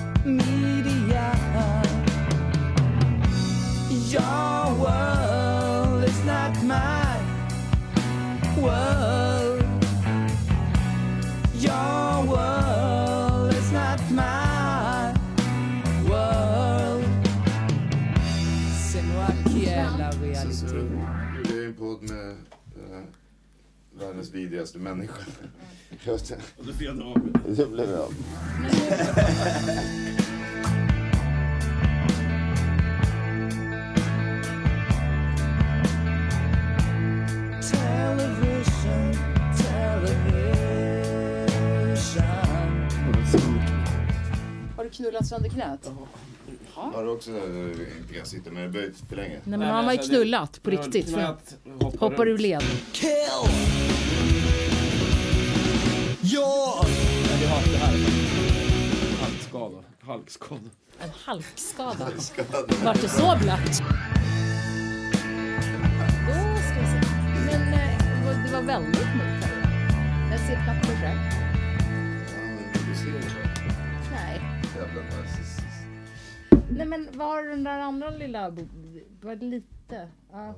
media. Your world is not my world. Your world is not my world. C'est moi qui est la réalité. Det är en podd med världens vidrigaste människa. Och du fjädrar av mig. Det blev jag. Television. Har du knullat sönder knät? Har du också inte kan sitta med böjt för länge? Nej, men han har ju knullat på riktigt. Hoppar ur led. Kill! Your! Vi har det här. Halkskada. En halkskada. Vart det så blött? Då ska vi se. Men det var väldigt mörkt här. Jag ser knappt på själv. Du ser det. Nej. Jävla narcissist. Nej, men var den där andra lilla... Var det lite? Ja.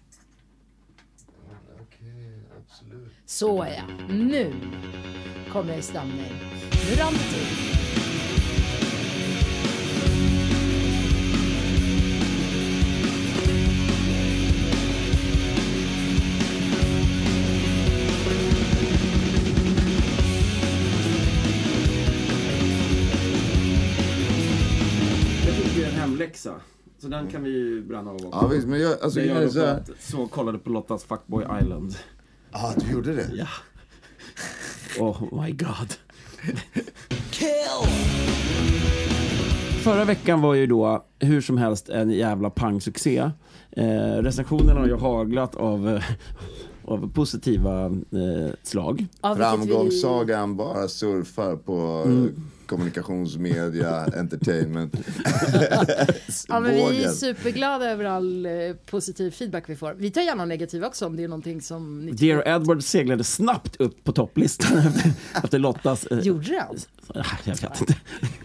Okej, absolut. Så ja. Nu kommer det i stämning. Nu rann det till. Hemläxa. Så den kan vi ju bränna av också. Ja visst, men jag så kollade på Lottas Fuckboy Island. Du gjorde det? Ja. Oh my god. Kill! Förra veckan var ju då hur som helst en jävla pangsuccé. Recensionerna har ju haglat av positiva slag. Framgångssagan bara surfar på kommunikationsmedia, entertainment. Ja, men vi är superglada över all positiv feedback vi får. Vi tar gärna negativ också om det är någonting som ni Dear Edward seglade snabbt upp på topplistan efter Lottas... Gjorde det alls? Jag vet inte.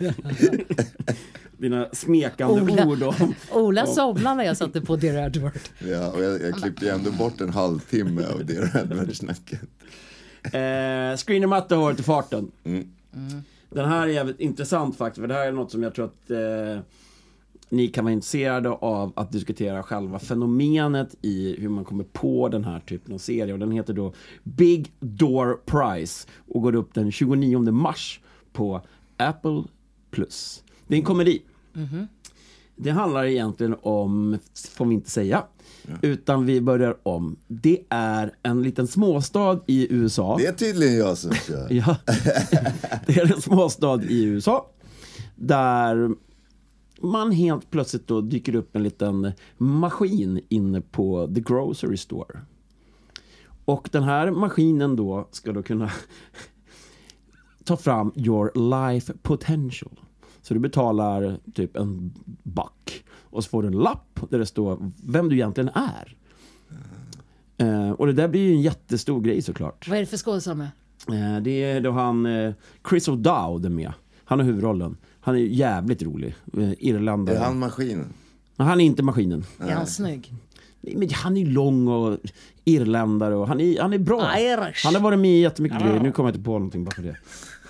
Dina smekande ord om... Ola somnade när jag satte på Dear Edward. Ja, och jag klippte ju ändå bort en halvtimme av Dear Edward-snacket. Screener-matte har till farten. Den här är jävligt intressant faktiskt, för det här är något som jag tror att ni kan vara intresserade av att diskutera själva fenomenet i hur man kommer på den här typen av serie. Och den heter då Big Door Prize och går upp den 29 mars på Apple+. Det är en komedi. Det handlar egentligen om, får vi inte säga, utan vi börjar om. Det är en liten småstad i USA. Det är tydligen jag som kör. Ja, det är en småstad i USA där man helt plötsligt då dyker upp en liten maskin inne på the grocery store. Och den här maskinen då ska då kunna ta fram your life potential. Så du betalar typ $1 och så får du en lapp där det står vem du egentligen är. Och det där blir ju en jättestor grej såklart. Vad är det för skådespelare med? Det är då han Chris O'Dowd är med. Han har huvudrollen. Han är jävligt rolig. Irländare. Är han maskinen? Han är inte maskinen. Är han snygg? Men han är lång och irländare och han är bra. Irish. Han har varit med i jättemycket grejer. Nu kommer jag inte på någonting bara för det.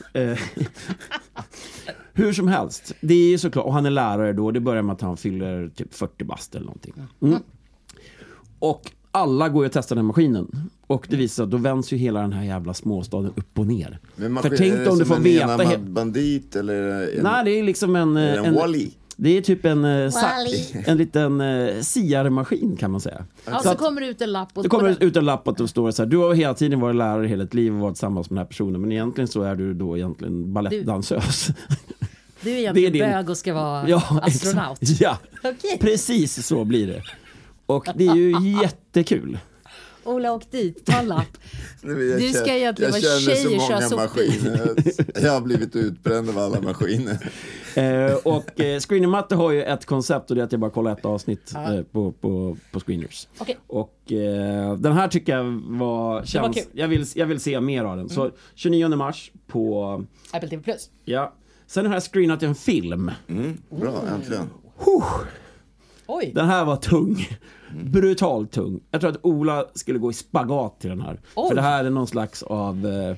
Hur som helst. Det är såklart. Och han är lärare då. Det börjar med att han fyller typ 40 bast eller någonting. Och alla går ju att testa den här maskinen. Och det visar att då vänds ju hela den här jävla småstaden upp och ner. För tänk om du får veta... bandit eller... Nej, det är liksom en Wall-E. Det är typ en liten siarmaskin kan man säga. Ja, så kommer det ut en lapp. Och det kommer ut en lapp och då står det så här: du har hela tiden varit lärare hela ditt liv och varit tillsammans med den här personen. Men egentligen så är du då egentligen balettdansös. Du är egentligen bög och ska vara astronaut. Ja, okay. Precis så blir det. Och det är ju jättekul. Ola, åk dit, ta en lapp. Du ska egentligen vara tjej och köra maskiner. Jag har blivit utbränd av alla maskiner. Och Screener-matte har ju ett koncept och det är att jag bara kollar ett avsnitt på Screeners. Okay. Och den här tycker jag var kul. Jag vill se mer av den. Så 29 mars på Apple TV+. Ja. Sen har jag screenat en film. Bra, äntligen. Oj. Den här var tung. Brutalt tung. Jag tror att Ola skulle gå i spagat till den här. Oj. För det här är någon slags av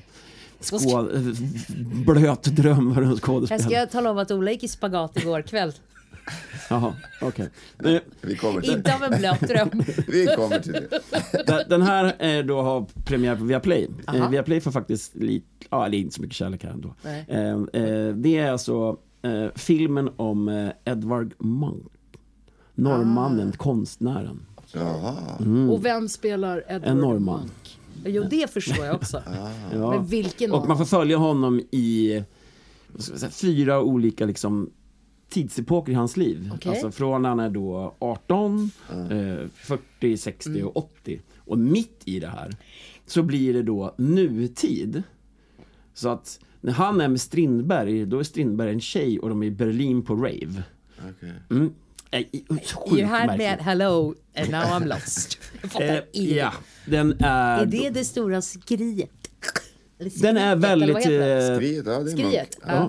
blöt dröm för en skådespelare. Jag ska tala om att Ola gick i spagat igår kväll. Jaha, okej. Okay. Vi kommer till Inte av en blöt dröm. Vi kommer till det. Den här då har premiär på Viaplay. Viaplay får faktiskt lite, det är inte så mycket kärlek här ändå. Det är alltså filmen om Edvard Munch. Norrmannen, konstnären. Jaha. Och vem spelar Edward En norrman. Munch? Jo, det förstår jag också. Ja. Men vilken Och man får följa honom i 4 olika liksom tidsepoker i hans liv. Okej. Alltså från när han är då 18, 40, 60 och 80. Och mitt i det här så blir det då nutid. Så att när han är med Strindberg, då är Strindberg en tjej och de är i Berlin på rave. Okej. You had me at hello and now I'm lost. Ja, den är... Är det stora skriet? Eller Den är skriet, eller vad väldigt... heter det? Skriet, ja, det är Skriet. Ja.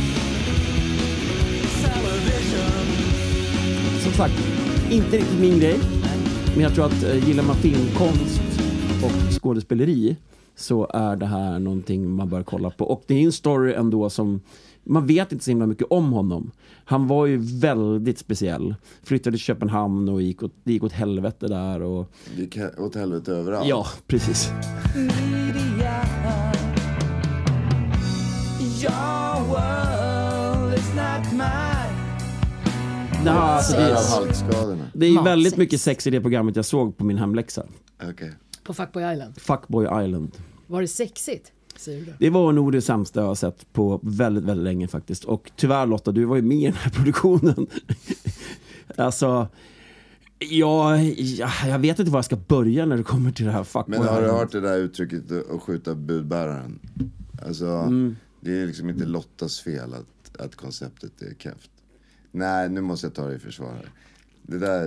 Som sagt, inte riktigt min grej. Men jag tror att gillar man filmkonst och skådespeleri så är det här någonting man bör kolla på. Och det är en story ändå som... Man vet inte så himla mycket om honom. Han var ju väldigt speciell. Flyttade till Köpenhamn och det gick åt helvete där. Och... Det gick åt helvete överallt. Ja, precis. Media. Your world is not mine. Alltså, Det är av halkskadorna. det är Matsex. väldigt mycket sex i det programmet jag såg på min hemläxa. Okej. På Fuckboy Island. Fuckboy Island. Var det sexigt? Säger du det? Det var nog det sämsta jag har sett på väldigt, väldigt länge faktiskt. Och tyvärr Lotta, du var ju med i den här produktionen. Alltså, jag vet inte var jag ska börja när det kommer till det här Fuckboy Men har du Island. hört det där uttrycket att skjuta budbäraren? Alltså, det är liksom inte Lottas fel att konceptet är kräft. Nej, nu måste jag ta det i försvar här. Det där...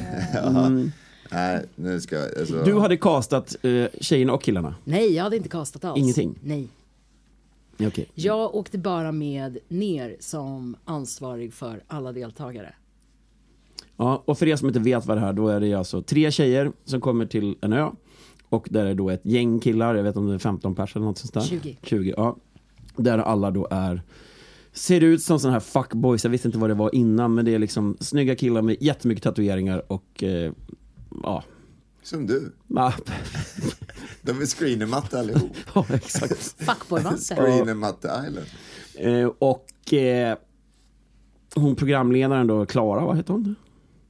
Nej, nu ska jag... Alltså... Du hade castat tjejerna och killarna? Nej, jag hade inte kastat alls. Ingenting? Nej. Okej. Jag åkte bara med ner som ansvarig för alla deltagare. Ja, och för er som inte vet vad det här, då är det alltså 3 tjejer som kommer till en ö. Och där är då ett gäng killar, jag vet om det är 15 pers eller något sånt där. 20, ja. Där alla då ser ut som såna här fuckboys, jag visste inte vad det var innan, men det är liksom snygga killar med jättemycket tatueringar och ja. Som du. Ja, De är screenermatte allihop. ja, exakt. Fuckboy-matte. Screenermatte Island. Och hon programledaren då, Klara, vad heter hon?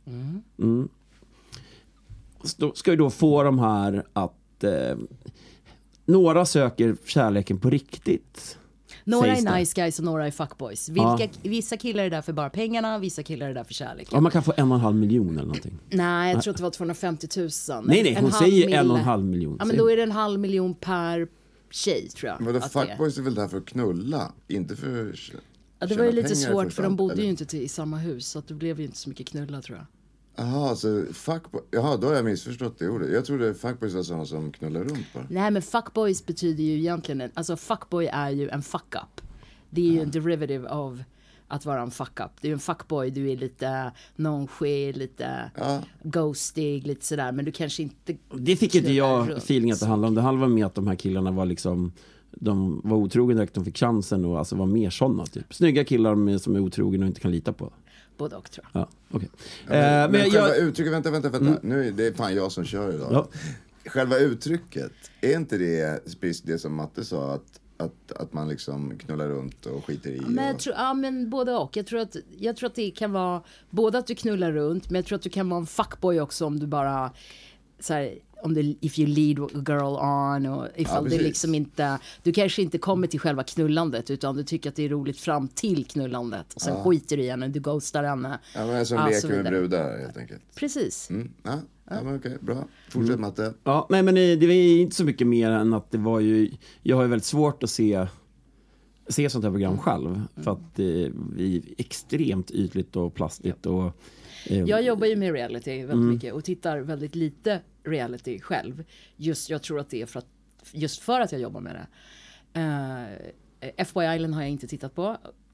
Så ska ju då få de här att några söker kärleken på riktigt. Några sägs är det. nice guys och några är fuckboys. Vissa killar är där för bara pengarna, vissa killar är där för kärleken. Ja, man kan få 1,5 miljon eller någonting. Nej, jag tror att det var 250 000. Nej, hon säger 1,5 miljon. Ja, men då är det 1,5 miljon per tjej, tror jag. Vadå, att det är. fuckboys är väl där för att knulla, inte för... Ja, det var ju tjäna lite pengar svårt för de fan, bodde eller? ju inte i samma hus, så att det blev ju inte så mycket knulla, tror jag. Jaha, så fuckboy... Jaha, då har jag missförstått det ordet. Jag trodde fuckboys var sådana som knullar runt bara. Nej, men fuckboys betyder ju egentligen, alltså fuckboy är ju en fuck-up. Det är ju en derivative av att vara en fuck-up. Du är en fuckboy, du är lite nonchalant, lite ghostig, lite sådär. Men du kanske inte... Det fick inte jag runt. feeling att det handlade om. Det handlade med att de här killarna var liksom... De var otrogen direkt, de fick chansen och alltså var mer sådana typ. Snygga killar som är otrogen och inte kan lita på. Både och, tror jag. Ja, okej. Men själva uttrycket, vänta. Nu är det fan jag som kör idag. Ja. Själva uttrycket, är inte det precis det som Matte sa, att man liksom knullar runt och skiter i? Men jag tror, men både och. Jag tror att det kan vara både att du knullar runt, men jag tror att du kan vara en fuckboy också om du bara så här, om det, if you lead a girl on och ifall det liksom inte, du kanske inte kommer till själva knullandet utan du tycker att det är roligt fram till knullandet och sen skiter du i henne, du ghostar henne. Ja, men som leker med brudar helt enkelt. Precis. Ja, men okej, bra. Fortsätt Matte. Ja, nej men det var inte så mycket mer än att det var ju... Jag har ju väldigt svårt att se sånt här program själv. För att det är extremt ytligt och plastigt och... Jag jobbar ju med reality väldigt mycket och tittar väldigt lite reality själv. Jag tror att det är för att jag jobbar med det. FY Island har jag inte tittat på.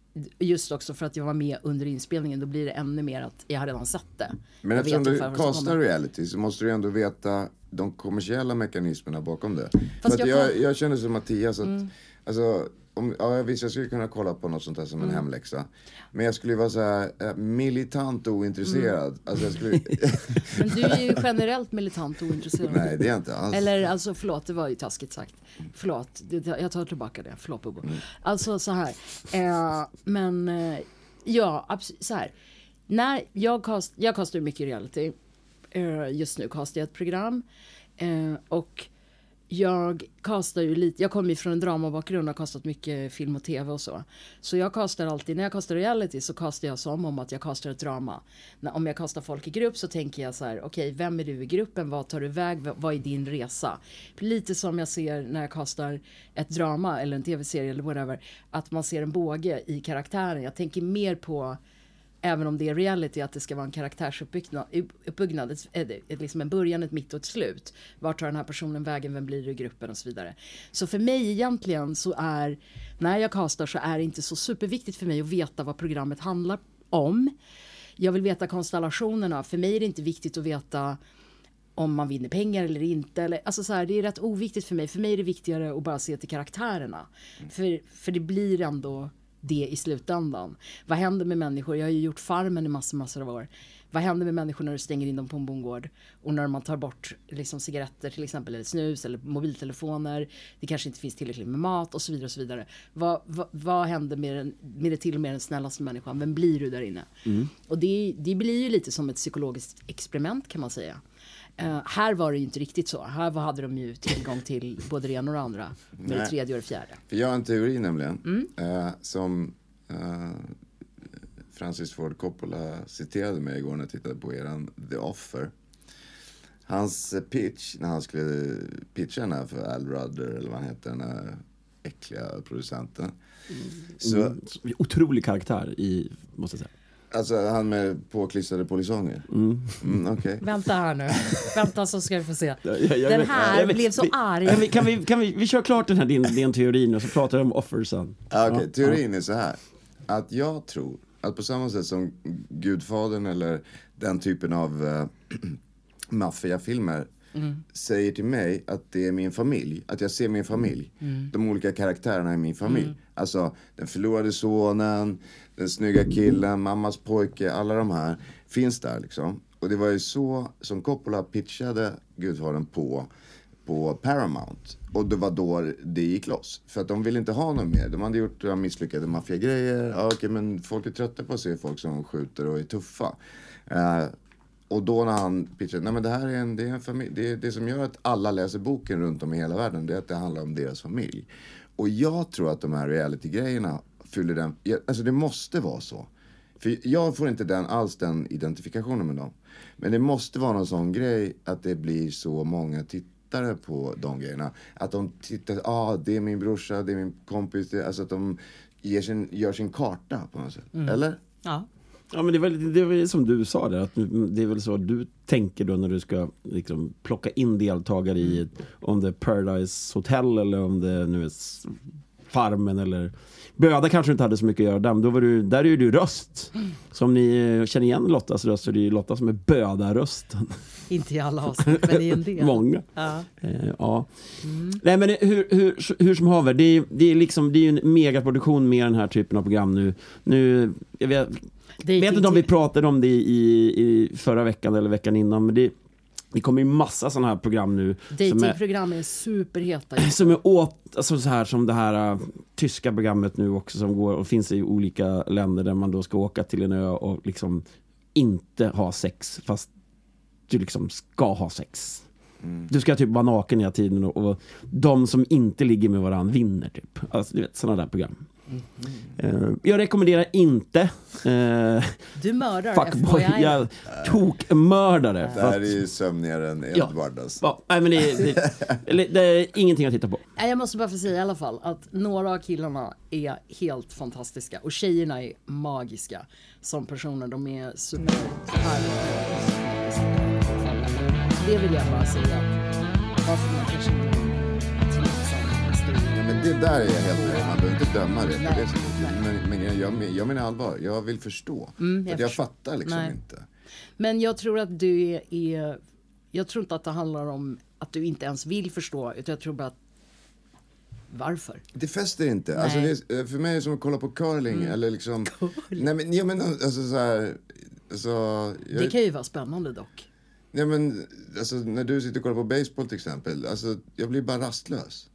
just också för att jag var med under inspelningen, då blir det ännu mer att jag har redan sett det. Men Jag eftersom vet du ungefär vad som castar kommer. reality så måste du ändå veta de kommersiella mekanismerna bakom det. Fast För att jag jag känner som Mattias att, alltså, visst jag skulle kunna kolla på något sånt här som en hemläxa. Men jag skulle ju vara så här militant och ointresserad. Alltså jag skulle... Men du är ju generellt militant och ointresserad. Nej, det är jag inte alls. Eller alltså förlåt, det var ju taskigt sagt. Förlåt, jag tar tillbaka det. Förlåt Bobo. Alltså så här. Ja, absolut så här. När jag castar ju mycket reality. Just nu castar jag ett program. Och jag castar ju lite, jag kommer ju från en dramabakgrund och har castat mycket film och tv och så. Så jag castar alltid, när jag castar reality så castar jag som om att jag castar ett drama. Om jag castar folk i grupp så tänker jag så här: okej, vem är du i gruppen? Vad tar du iväg? Vad är din resa? Lite som jag ser när jag castar ett drama eller en tv-serie eller whatever. Att man ser en båge i karaktären. Jag tänker mer på, även om det är reality, att det ska vara en karaktärsuppbyggnad, liksom en början, ett mitt och ett slut. Vart tar den här personen vägen, vem blir det i gruppen och så vidare. Så för mig egentligen så är, när jag castar så är det inte så superviktigt för mig att veta vad programmet handlar om. Jag vill veta konstellationerna. För mig är det inte viktigt att veta om man vinner pengar eller inte. Eller, alltså så här, det är rätt oviktigt för mig. För mig är det viktigare att bara se till karaktärerna. För det blir ändå det i slutändan. Vad händer med människor? Jag har ju gjort Farmen i massor av år. Vad händer med människor när du stänger in dem på en bondgård? Och när man tar bort liksom cigaretter till exempel, eller snus eller mobiltelefoner. Det kanske inte finns tillräckligt med mat och så vidare och så vidare. Vad händer med det till och med den snällaste människan? Vem blir du där inne? Och det blir ju lite som ett psykologiskt experiment kan man säga. Här var det ju inte riktigt så. Här hade de ju tillgång till både det ena och det andra. Med det tredje och det fjärde. För jag har en teori nämligen. Som Francis Ford Coppola citerade mig igår när jag tittade på eran The Offer. Hans pitch, när han skulle pitcha den här för Al Rudder, eller vad han heter, den här äckliga producenten. Så, Otrolig karaktär måste jag säga. alltså han med påklistrade polisonger. Okej. Vänta här nu. Vänta så ska vi få se. Jag Den här blev så arg. Kan vi kör klart den här din teori nu, så pratar vi om Offer sen. Okej, teorin är så här. Att jag tror att på samma sätt som Gudfadern eller den typen av maffiafilmer säger till mig att det är min familj, att jag ser min familj, de olika karaktärerna i min familj, alltså den förlorade sonen, den snygga killen, mammas pojke, alla de här finns där liksom. Och det var ju så som Coppola pitchade Gudfadern på Paramount. Och det var då det gick loss. För att de ville inte ha något mer. De hade gjort misslyckade maffiagrejer. Ja, okej, men folk är trötta på att se folk som skjuter och är tuffa. Och då när han pitchade, nej men det här är en familj. Det som gör att alla läser boken runt om i hela världen, det är att det handlar om deras familj. Och jag tror att de här reality-grejerna fyller den. Alltså det måste vara så. För jag får inte alls den identifikationen med dem. Men det måste vara någon sån grej att det blir så många tittare på de grejerna. Att de tittar, det är min brorsa, det är min kompis. Alltså att de gör sin karta på något sätt. Eller? Ja. Ja, men det var väl som du sa där, att det är väl så du tänker då när du ska liksom plocka in deltagare i om det är Paradise Hotel eller om det nu är Farmen eller Böda kanske inte hade så mycket att göra där. Där är ju du röst. Som ni känner igen Lottas röst, så det är ju Lotta som är Böda-rösten. Inte i alla avsnitt, men i en del. Många. Ja. Ja. Nej, men hur som haver, det är ju en megaproduktion med den här typen av program nu jag vet inte om vi pratade om det i förra veckan eller veckan innan, men det kommer ju massa sådana här program nu. Datingprogram är superheta. Som är alltså så här som det här tyska programmet nu också, som går och finns i olika länder där man då ska åka till en ö och liksom inte ha sex, fast du liksom ska ha sex. Du ska typ vara naken hela tiden och de som inte ligger med varandra vinner typ. Alltså du vet, sådana där program. Jag rekommenderar inte du mördar fuckboy, jag tokmördare. Det här är ju sömnigare än Edward. Ja, nej, men det är ingenting att titta på. Jag måste bara få säga i alla fall att några av killarna är helt fantastiska och tjejerna är magiska som personer. De är superhärliga. Det vill jag bara säga. Varför man kanske inte men det där är jag helt med. Man behöver inte döma det. Nej. Men jag menar allvar. Jag vill förstå. Jag fattar liksom inte. Men jag tror att jag tror inte att det handlar om att du inte ens vill förstå, utan jag tror bara att varför? Det fäster inte. Alltså för mig är det som att kolla på curling eller liksom... Nej men, ja, men alltså så här... Alltså, det kan ju vara spännande dock. Nej men, alltså när du sitter och kollar på baseball till exempel, alltså jag blir bara rastlös.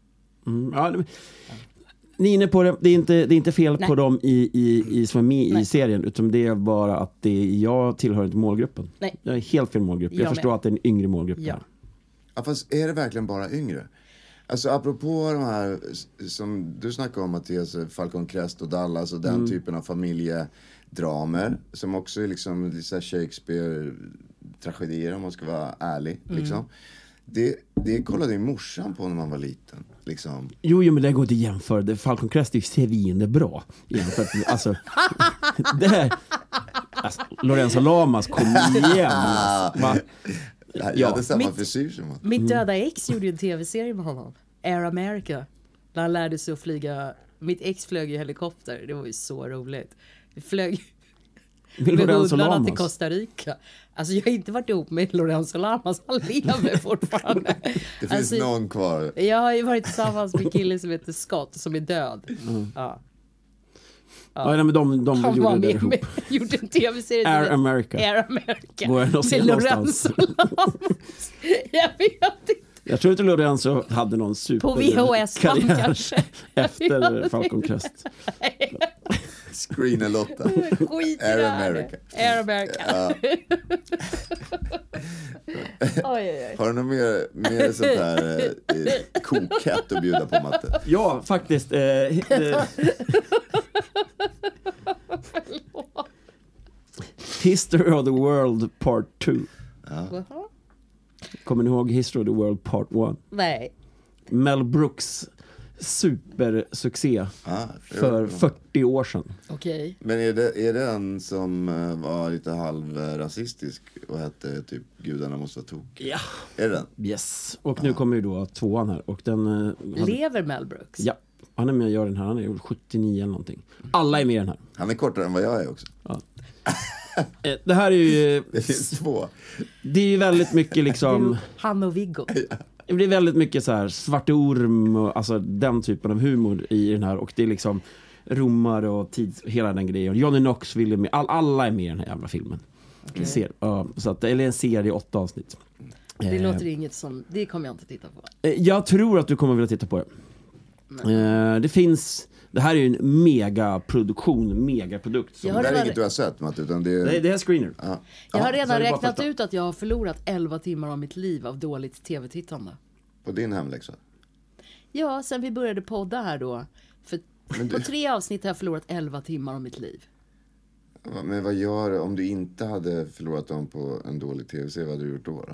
Ni är inne på det. Det är inte fel på dem som är med i serien, utan det är bara att jag tillhör inte målgruppen. Nej. Jag är helt fel målgrupp. Jag förstår att det är en yngre målgrupp. Ja. Ja, fast är det verkligen bara yngre? Alltså apropå de här som du snackar om, Mattias, Falcon Crest och Dallas och den typen av familjedramer som också är liksom lite Shakespeare-tragedier om man ska vara ärlig liksom. Det kollade ju morsan på när man var liten liksom. Jo, men det går inte att jämföra. Falcon Crest är ju serien bra jämfört med, alltså det här Lorenzo Lamas, kom igen alltså. Jag hade samma frisyr som han. Mitt döda ex gjorde ju en tv-serie med honom. Air America. Där han lärde sig att flyga. Mitt ex flög i helikopter. Det var ju så roligt. Vi flög med hundarna till Costa Rica. Alltså jag har inte varit ihop med Lorenzo Lamas. Han lever fortfarande. Det finns någon kvar. Jag har ju varit tillsammans med en kille som heter Scott som är död. Ja. Ja, men de han gjorde var det ihop. Gjorde en tv-serie Air America. Går jag nog se någonstans. Jag vet inte. Jag tror inte Lorenzo hade någon super på VHS-band kanske. Efter Falcon Crest. Screen Lotta. Air America. Air America. Ja. Oj. Har du något mer sånt här kokhett att bjuda på, Matte? Ja, faktiskt. History of the World Part 2. Ja. Kommer ni ihåg History of the World Part 1? Nej. Mel Brooks supersuccé för 40 år sedan. Okej. Men är det en som var lite halvrasistisk och hette typ Gudarna måste vara tok? Ja. Är det den? Yes. Och nu kommer ju då 2:an här. Och den, lever Mel Brooks? Ja. Han är med och gör den här. Han är 79 eller någonting. Alla är med i den här. Han är kortare än vad jag är också. Ja. Det här är ju... Det finns 2. Det är ju väldigt mycket liksom... Han och Viggo. Det blir väldigt mycket så här svartorm och alltså den typen av humor i den här. Och det är liksom romar och hela den grejen. Johnny Knoxville är med. Alla är med i den här jävla filmen. Okay. Så att, eller en serie 8 avsnitt. Det låter inget som... Det kommer jag inte titta på. Jag tror att du kommer vilja titta på det. Det finns... Det här är ju en megaprodukt. Det här är inget du har sett, Matt, utan det är Screener. Ja. Jag har redan räknat ut att jag har förlorat 11 timmar av mitt liv av dåligt tv-tittande. På din hemläxa? Ja, sen vi började podda här då. För på 3 avsnitt har jag förlorat 11 timmar av mitt liv. Men vad gör du om du inte hade förlorat dem på en dålig tv-serie? Vad hade du gjort då?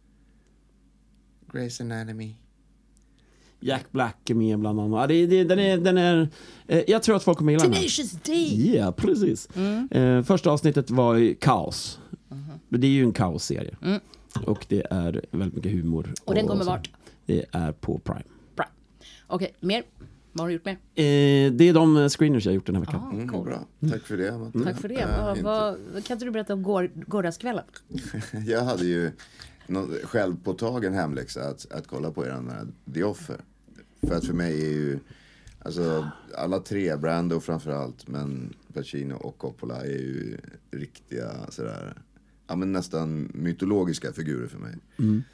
Grey's Anatomy. Jack Black är med bland annat. Den är jag tror att folk kommer gilla den. Tenacious D. Ja, precis. Första avsnittet var ju kaos. Det är ju en kaosserie. Och det är väldigt mycket humor. Och den kommer vart? Det är på Prime. Okej, mer? Vad har du gjort mer? Det är de screeners jag har gjort den här veckan. Cool. Bra. Tack för det, Matte. Tack för det. Kan inte du berätta om gårdagskvällen? Jag hade ju självpåtagen hemläxa att kolla på den här The Offer. För att för mig är ju alltså alla 3, Brando framförallt, men Pacino och Coppola är ju riktiga sådär, ja men nästan mytologiska figurer för mig.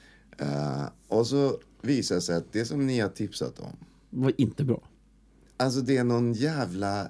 Och så visar det sig att det som ni har tipsat om var inte bra. Alltså det är någon jävla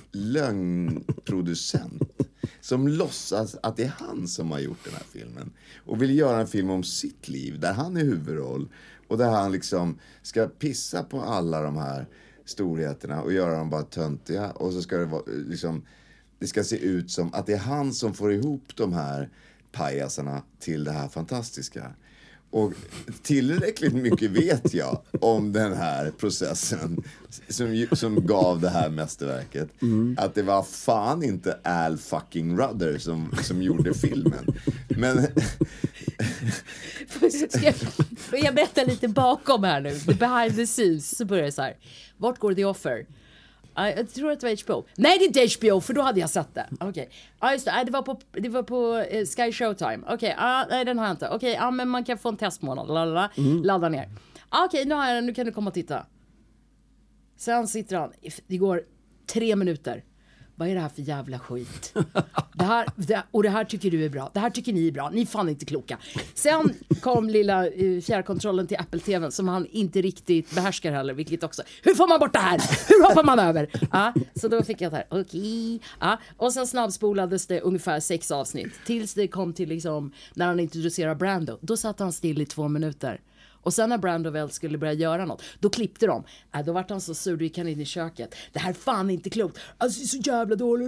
lögnproducent som låtsas att det är han som har gjort den här filmen och vill göra en film om sitt liv där han är huvudroll och där han liksom ska pissa på alla de här storheterna och göra dem bara töntiga, och så ska det vara liksom, det ska se ut som att det är han som får ihop de här pajasarna till det här fantastiska. Och tillräckligt mycket vet jag om den här processen som gav det här mästerverket. Att det var fan inte Al fucking Rudder som gjorde filmen. Men Får jag berätta lite bakom här nu? The behind the scenes. Så börjar det så här. Vart går The Offer? Jag tror att det var HBO. Nej, det är inte HBO, för då hade jag sett det. Okej. Just det. Det var på Sky Showtime. Okej, nej, den har jag inte. Okej, men man kan få en testmånad. Ladda ner. Okej, nu har jag den. Nu kan du komma och titta. Sen sitter han. Det går 3 minuter. Vad är det här för jävla skit? Det här tycker du är bra. Det här tycker ni är bra. Ni är fan inte kloka. Sen kom lilla fjärrkontrollen till Apple TV:n som han inte riktigt behärskar heller. Vilket också. Hur får man bort det här? Hur hoppar man över? Så då fick jag det här. Okej. Och sen snabbspolades det ungefär 6 avsnitt. Tills det kom till liksom när han introducerade Brando. Då satt han still i 2 minuter. Och sen när Brando väl skulle börja göra något, då klippte de. Då vart han så sur, då gick han in i köket. Det här är fan inte klokt. Alltså det är så jävla dåligt.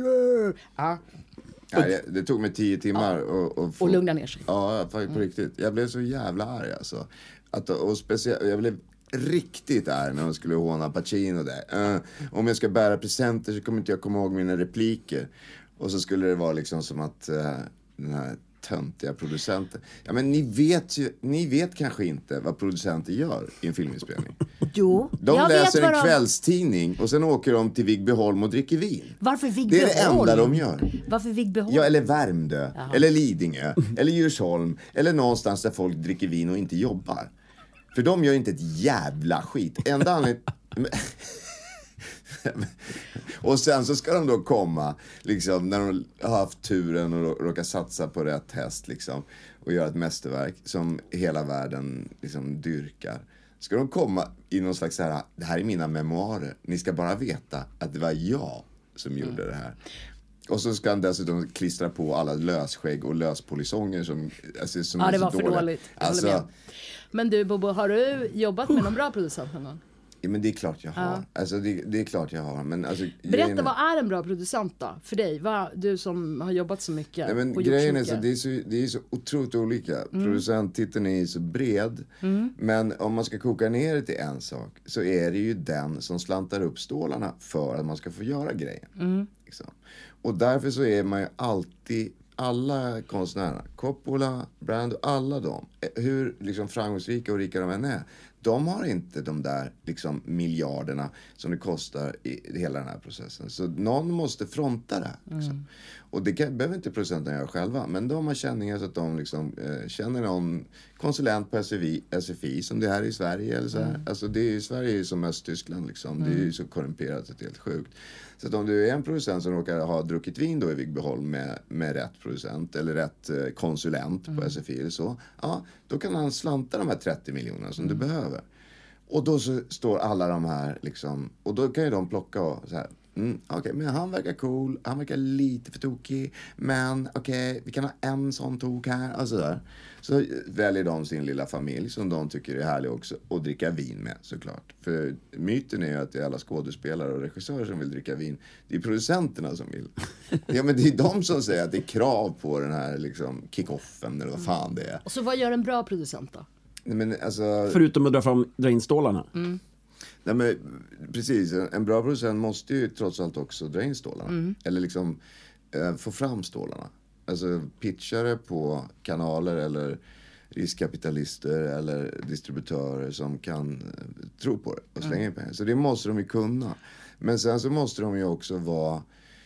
Det tog mig 10 timmar och lugna ner sig. Ja, på riktigt. Jag blev så jävla arg alltså. Jag blev riktigt arg när de skulle håna Pacino där. Om jag ska bära presenter så kommer inte jag komma ihåg mina repliker. Och så skulle det vara liksom som att den här töntiga producenter. Ja, men ni vet kanske inte vad producenter gör i en filminspelning. Jo, de läser en kvällstidning och sen åker de till Vigbyholm och dricker vin. Varför Vigbyholm? Det är det enda de gör. Varför Vigbyholm? Ja, eller Värmdö, eller Lidingö, eller Djursholm, eller någonstans där folk dricker vin och inte jobbar. För de gör inte ett jävla skit. Enda anledningen... Och sen så ska de då komma liksom, när de har haft turen och råkar satsa på rätt häst liksom, och göra ett mästerverk som hela världen liksom dyrkar. Ska de komma i någon slags så här, det här är mina memoarer. Ni ska bara veta att det var jag som gjorde det här. Och så ska han dessutom klistra på alla lösskägg och löspolisonger som det var för dåligt. Alltså, men du Bobo, har du jobbat med någon bra producent någon gång? Ja, men det är klart jag har. Alltså det är klart jag har. Men alltså, berätta, vad är en bra producent då? För dig, du som har jobbat så mycket. Nej, men grejen är så, det är så otroligt olika. Producenttiteln är så bred. Men om man ska koka ner det till en sak, så är det ju den som slantar upp stålarna för att man ska få göra grejen. Liksom. Och därför så är man ju alltid, alla konstnärer, Coppola, Brando, alla de, hur liksom framgångsrika och rika de än är, de har inte de där liksom miljarderna som det kostar i hela den här processen. Så någon måste fronta det här. Liksom. Och det behöver inte producenterna göra själva. Men de har känningar så att de liksom, känner någon konsulent på SFI som det här i Sverige. Eller så här. Alltså det är ju Sverige som Östtyskland. Liksom. Det är ju så korrumperat att det är helt sjukt. Så att om du är en producent som råkar ha druckit vin då i Vigbyholm med rätt producent eller rätt konsulent på SFI eller så. Ja, då kan han slanta de här 30 miljonerna som du behöver. Och då så står alla de här liksom, och då kan ju de plocka och så här. Okej, men han verkar cool, han verkar lite för tokig, men okej, vi kan ha en sån tok här och sådär. Så väljer de sin lilla familj som de tycker är härlig också och dricka vin med, såklart. För myten är ju att det är alla skådespelare och regissörer som vill dricka vin. Det är producenterna som vill. Ja, men det är de som säger att det är krav på den här liksom kick-offen eller vad fan det är. Och så vad gör en bra producent då? Men alltså, förutom att dra in stålarna. Nej, men precis, en bra producent måste ju trots allt också dra in stålarna. Eller liksom få fram stålarna. Alltså pitchare på kanaler eller riskkapitalister eller distributörer som kan tro på det och slänga in pengar. Så det måste de ju kunna. Men sen så måste de ju också vara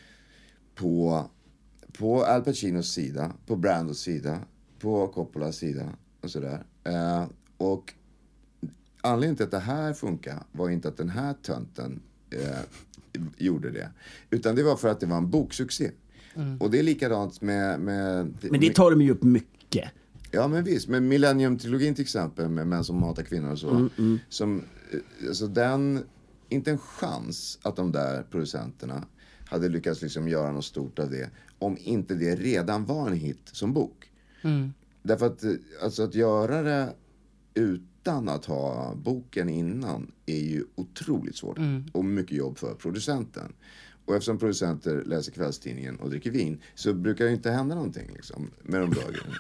på Al Pacinos sida, på Brandos sida, på Coppolas sida och sådär. Och anledningen till att det här funkar var inte att den här tönten gjorde det. Utan det var för att det var en boksuccé. Och det är likadant med... Men det tar de ju upp mycket. Ja, men visst. Men Millennium-trilogin till exempel, med Män som hatar kvinnor och så. Som, alltså inte en chans att de där producenterna hade lyckats liksom göra något stort av det. Om inte det redan var en hit som bok. Därför att, alltså att göra det utan att ha boken innan är ju otroligt svårt. Och mycket jobb för producenten. Och eftersom producenter läser kvällstidningen och dricker vin så brukar det inte hända någonting liksom, med de bra grejerna.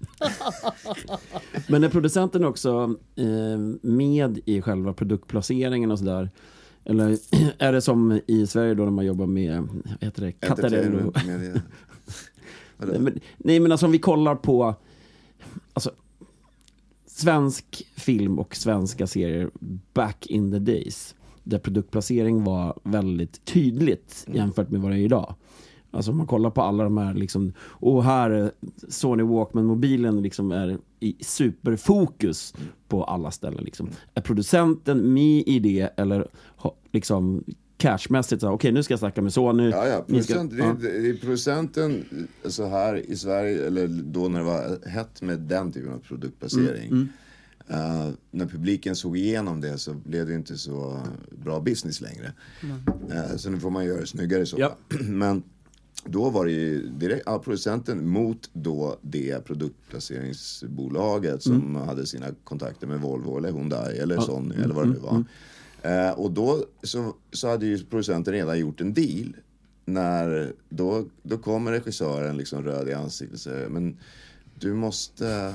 Men är producenten också med i själva produktplaceringen och sådär? Eller är det som i Sverige då när man jobbar med, vad heter det? Katarello? Nej, men alltså om vi kollar på, alltså svensk film och svenska serier back in the days, där produktplacering var väldigt tydligt jämfört med vad det är idag. Alltså om man kollar på alla de här liksom, och här Sony Walkman-mobilen liksom är i superfokus på alla ställen liksom. Är producenten med i det eller liksom cashmässigt så okej, nu ska jag snacka med Sony. Ja, producent, det är producenten så här i Sverige, eller då när det var hett med den typen av produktplacering. När publiken såg igenom det så blev det inte så bra business längre. Så nu får man göra det snyggare så. Ja. Men då var det ju direkt producenten mot då det produktplaceringsbolaget som hade sina kontakter med Volvo eller Hyundai eller Sony eller vad det nu var. Och då så hade ju producenten redan gjort en deal. När då kommer regissören liksom röd i ansiktet och säger, men du måste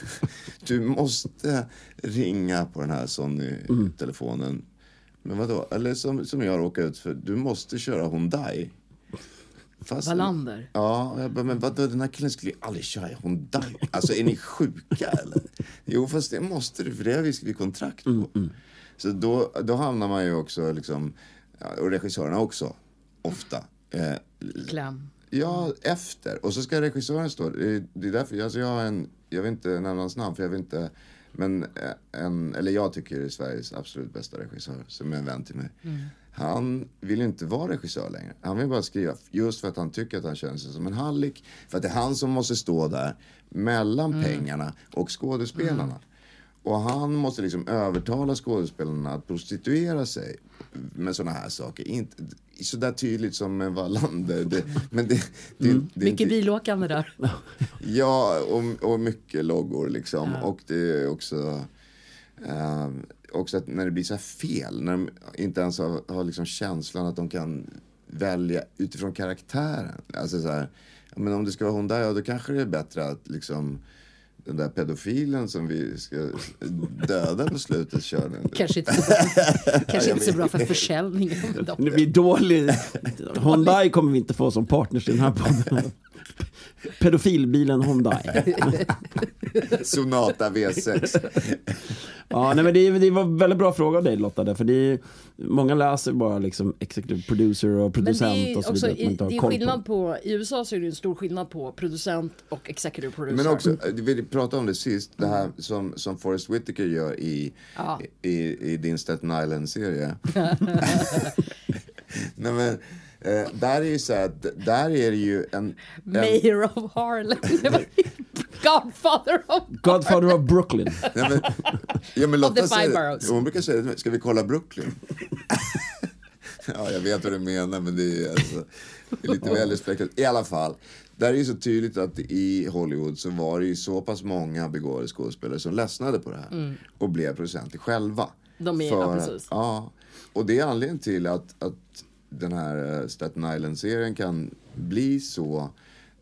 ringa på den här Sony-telefonen. Men vadå? Eller som jag råkar ut för, du måste köra Hyundai. Wallander. Ja, jag bara, men vadå, den här killen skulle aldrig köra Hyundai. Alltså, är ni sjuka eller? Jo, fast det måste du, för det har vi skrivit kontrakt på. Så då hamnar man ju också liksom, och regissörerna också, ofta. Kläm. Ja, efter. Och så ska regissören stå. Det är därför, alltså jag vill inte nämna hans namn, för jag vill inte, men eller jag tycker det är Sveriges absolut bästa regissör, som är en vän till mig. Han vill inte vara regissör längre. Han vill bara skriva, just för att han tycker att han känner sig som en hallick. För att det är han som måste stå där mellan pengarna och skådespelarna. Och han måste liksom övertala skådespelarna att prostituera sig med såna här saker. Inte så där tydligt som med Wallander. Mycket bilåkande där. Ja, och mycket loggor liksom. Ja. Och det är också att när det blir så här fel, när de inte ens har liksom känslan att de kan välja utifrån karaktären. Alltså så här, men om det ska vara hon där, då kanske det är bättre att liksom den där pedofilen som vi ska döda på slutet kör den. Kanske inte så bra för försäljningen. Det blir dåligt. Hyundai kommer vi inte få som partners i den här podden. Pedofilbilen Hyundai. Sonata V6. Ja, nej, men det var väldigt bra fråga av dig, Lotta, för det är, många läser bara liksom executive producer och producent och så vidare. Det är skillnad på, i USA så är det en stor skillnad på producent och executive producer. Men också, vi pratade om det sist, det här som Forrest Whitaker gör i din Staten Island-serie. Nej, men där är ju så att där är det ju en Mayor of Harlem. Godfather of Brooklyn. Ja, men Lotta säger, hon brukar säga, ska vi kolla Brooklyn? Ja, jag vet vad du menar, men det är, alltså, det är lite väl respektlöst. I alla fall, där är ju så tydligt att i Hollywood så var det ju så pass många begåvade skådespelare som ledsnade på det här och blev producenter själva. De är, precis. Ja, och det är anledningen till att den här Staten Island-serien kan bli så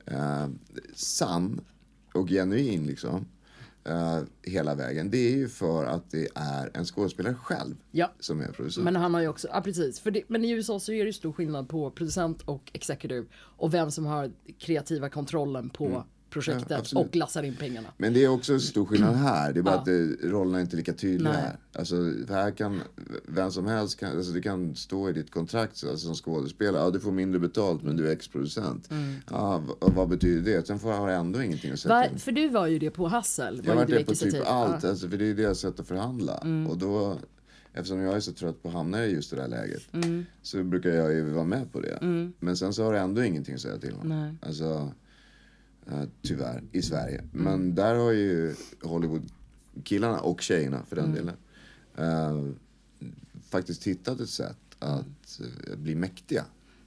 sann och genuin liksom hela vägen. Det är ju för att det är en skådespelare själv som är producent. Men han har ju också, precis. Men i USA så är det stor skillnad på producent och executive och vem som har kreativa kontrollen på projektet och lassar in pengarna. Men det är också stor skillnad här. Det är bara att rollerna är inte lika tydliga här. Alltså här kan vem som helst alltså det kan stå i ditt kontrakt alltså, som skådespelare. Ja, du får mindre betalt men du är ex-producent. Ja, vad betyder det? Sen får jag ändå ingenting att säga till. För du var ju det på Hassel. Jag var det på typ allt. Alltså, för det är deras sätt att förhandla. Och då, eftersom jag är så trött på att hamna i just det där läget så brukar jag ju vara med på det. Men sen så har jag ändå ingenting att säga till om. Alltså tyvärr, i Sverige. Men där har ju Hollywood-killarna och tjejerna för den delen faktiskt hittat ett sätt att bli mäktiga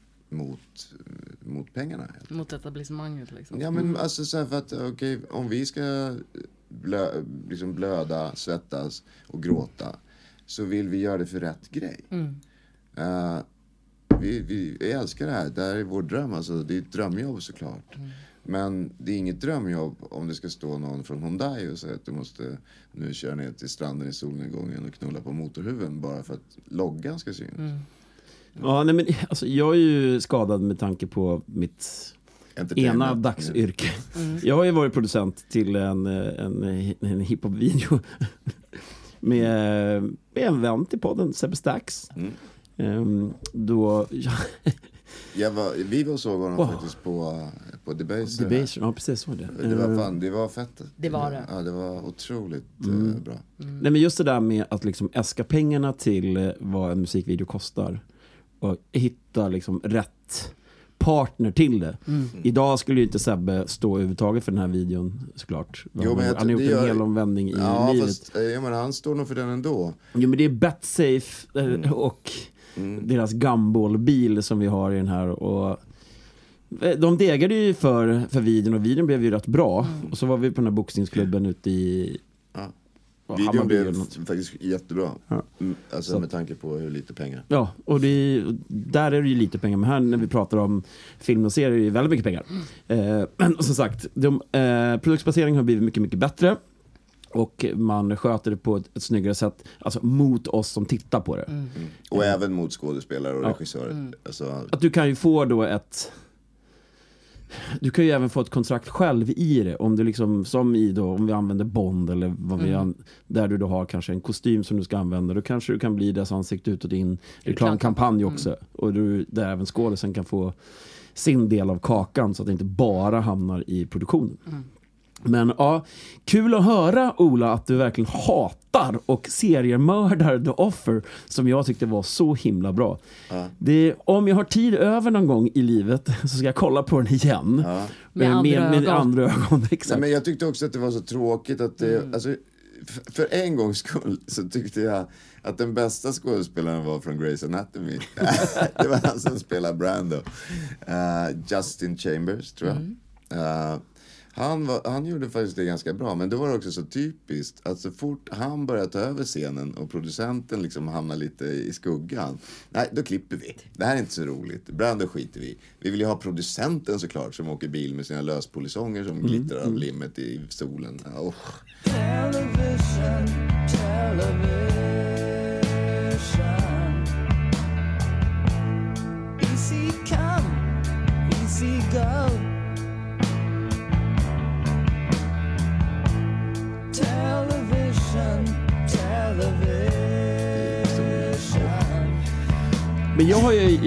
mot pengarna. Mot etablissemanget liksom. Ja, men alltså så här för att om vi ska liksom blöda, svettas och gråta så vill vi göra det för rätt grej. Vi älskar det här. Det här är vår dröm. Alltså, det är ett drömjobb såklart. Men det är inget drömjobb om det ska stå någon från Hyundai och säga att du måste nu köra ner till stranden i solnedgången och knulla på motorhuven bara för att loggan ska synas. Ja, nej, men alltså, jag är ju skadad med tanke på mitt ena dagsyrke. Jag har ju varit producent till en hiphop-video med en vän till podden, Sebbe Stax. Då... Vi var såg honom faktiskt på Debaser. Debaser, ja precis så det. Det var fett. Det var det. Ja, det var otroligt bra. Nej, men just det där med att liksom äska pengarna till vad en musikvideo kostar och hitta liksom rätt partner till det. Idag skulle ju inte Sebbe stå överhuvudtaget för den här videon såklart. Jo, men han har gjort en hel omvändning i livet. Fast, men han står nog för den ändå. Jo, men det är Betsafe och deras Gumball-bil som vi har i den här, och de degade ju för videon, och videon blev ju rätt bra. Och så var vi på den här boxningsklubben ute i videon blev faktiskt jättebra. Alltså så, med tanke på hur lite pengar. Ja, och där är det ju lite pengar. Men här när vi pratar om film och serier är det ju väldigt mycket pengar. Men som sagt, produktbasering har blivit mycket, mycket bättre. Och man sköter det på ett snyggare sätt, alltså mot oss som tittar på det. Och även mot skådespelare och regissörer. Alltså... Att du kan ju få då du kan ju även få ett kontrakt själv i det, om du liksom, som i då, om vi använder Bond eller vad vi där du då har kanske en kostym som du ska använda, då kanske du kan bli dess ansikte utåt din reklamkampanj också, och där även skådespelaren kan få sin del av kakan, så att det inte bara hamnar i produktionen. Men ja, kul att höra, Ola, att du verkligen hatar och seriemördar The Offer, som jag tyckte var så himla bra. Om jag har tid över någon gång i livet så ska jag kolla på den igen. Med andra ögon. Exakt. Nej, men jag tyckte också att det var så tråkigt att det, alltså, för en gångs skull så tyckte jag att den bästa skådespelaren var från Grey's Anatomy. Det var han som spelade Brando. Justin Chambers, tror jag. Han gjorde faktiskt det ganska bra, men det var också så typiskt att så fort han började ta över scenen och producenten liksom hamnar lite i skuggan, nej, då klipper vi. Det här är inte så roligt. Brando skiter vi. Vi vill ju ha producenten såklart, som åker bil med sina löspolisånger som glittrar av limmet i solen. Television. Easy come, easy go. Men jag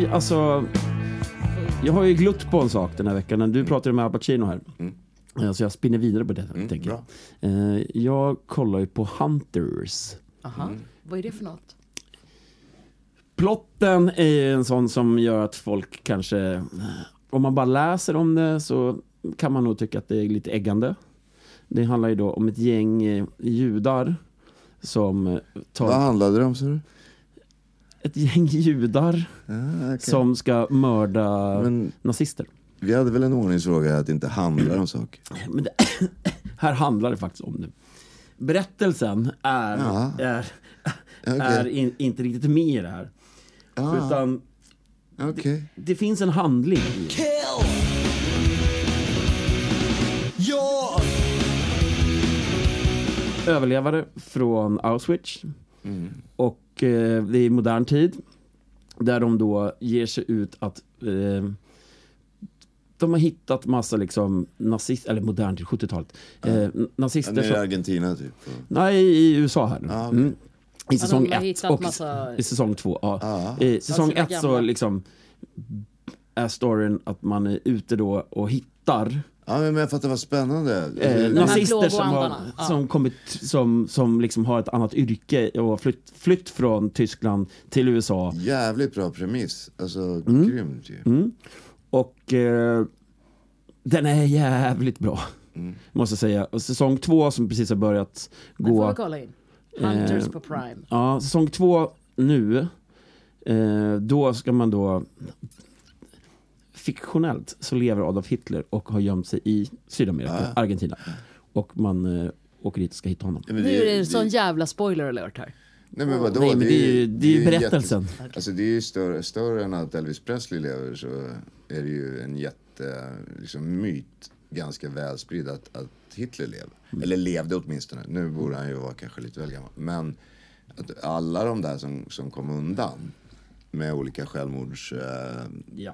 har ju glott på en sak den här veckan. När du pratade med Al Pacino här. Så jag spinner vidare på det, tänker jag. Jag kollar ju på Hunters. Aha. Vad är det för något? Plotten är en sån som gör att folk kanske, om man bara läser om det, så kan man nog tycka att det är lite äggande. Det handlar ju då om ett gäng judar som tar... Vad handlade det om, så? Ett gäng judar som ska mörda nazister. Vi hade väl en ordningsfråga att det inte handlar om saker. Men här handlar det faktiskt om det. Berättelsen är inte riktigt med i det här. Utan det finns en handling i det. Överlevare från Auschwitz. Och det är i modern tid, där de då ger sig ut att de har hittat massa liksom nazister, eller modern tid, 70-talet, nazister i Argentina typ. Nej, i USA här. I säsong 1 och massa... i säsong 2. I säsong 1 så liksom är storyn att man är ute då och hittar men jag fattar vad spännande. Nazister som kommit som liksom har ett annat yrke och flytt från Tyskland till USA. Jävligt bra premiss. Alltså grymt ju. Och den är jävligt bra. Måste jag säga. Och säsong 2 som precis har börjat gå. Den får vi kolla in. Hunters på Prime. Ja, säsong 2 nu. Då ska man då fiktionellt så lever Adolf Hitler och har gömt sig i Sydamerika, Argentina. Och man åker dit och ska hitta honom. Nu är det en sån jävla spoiler alert här. Nej, men vadå? Nej, men det är ju berättelsen. Alltså det är ju större än att Elvis Presley lever, så är det ju en liksom myt, ganska välspridd att Hitler lever. Eller levde åtminstone. Nu borde han ju vara kanske lite väl gammal. Men att alla de där som kom undan med olika självmords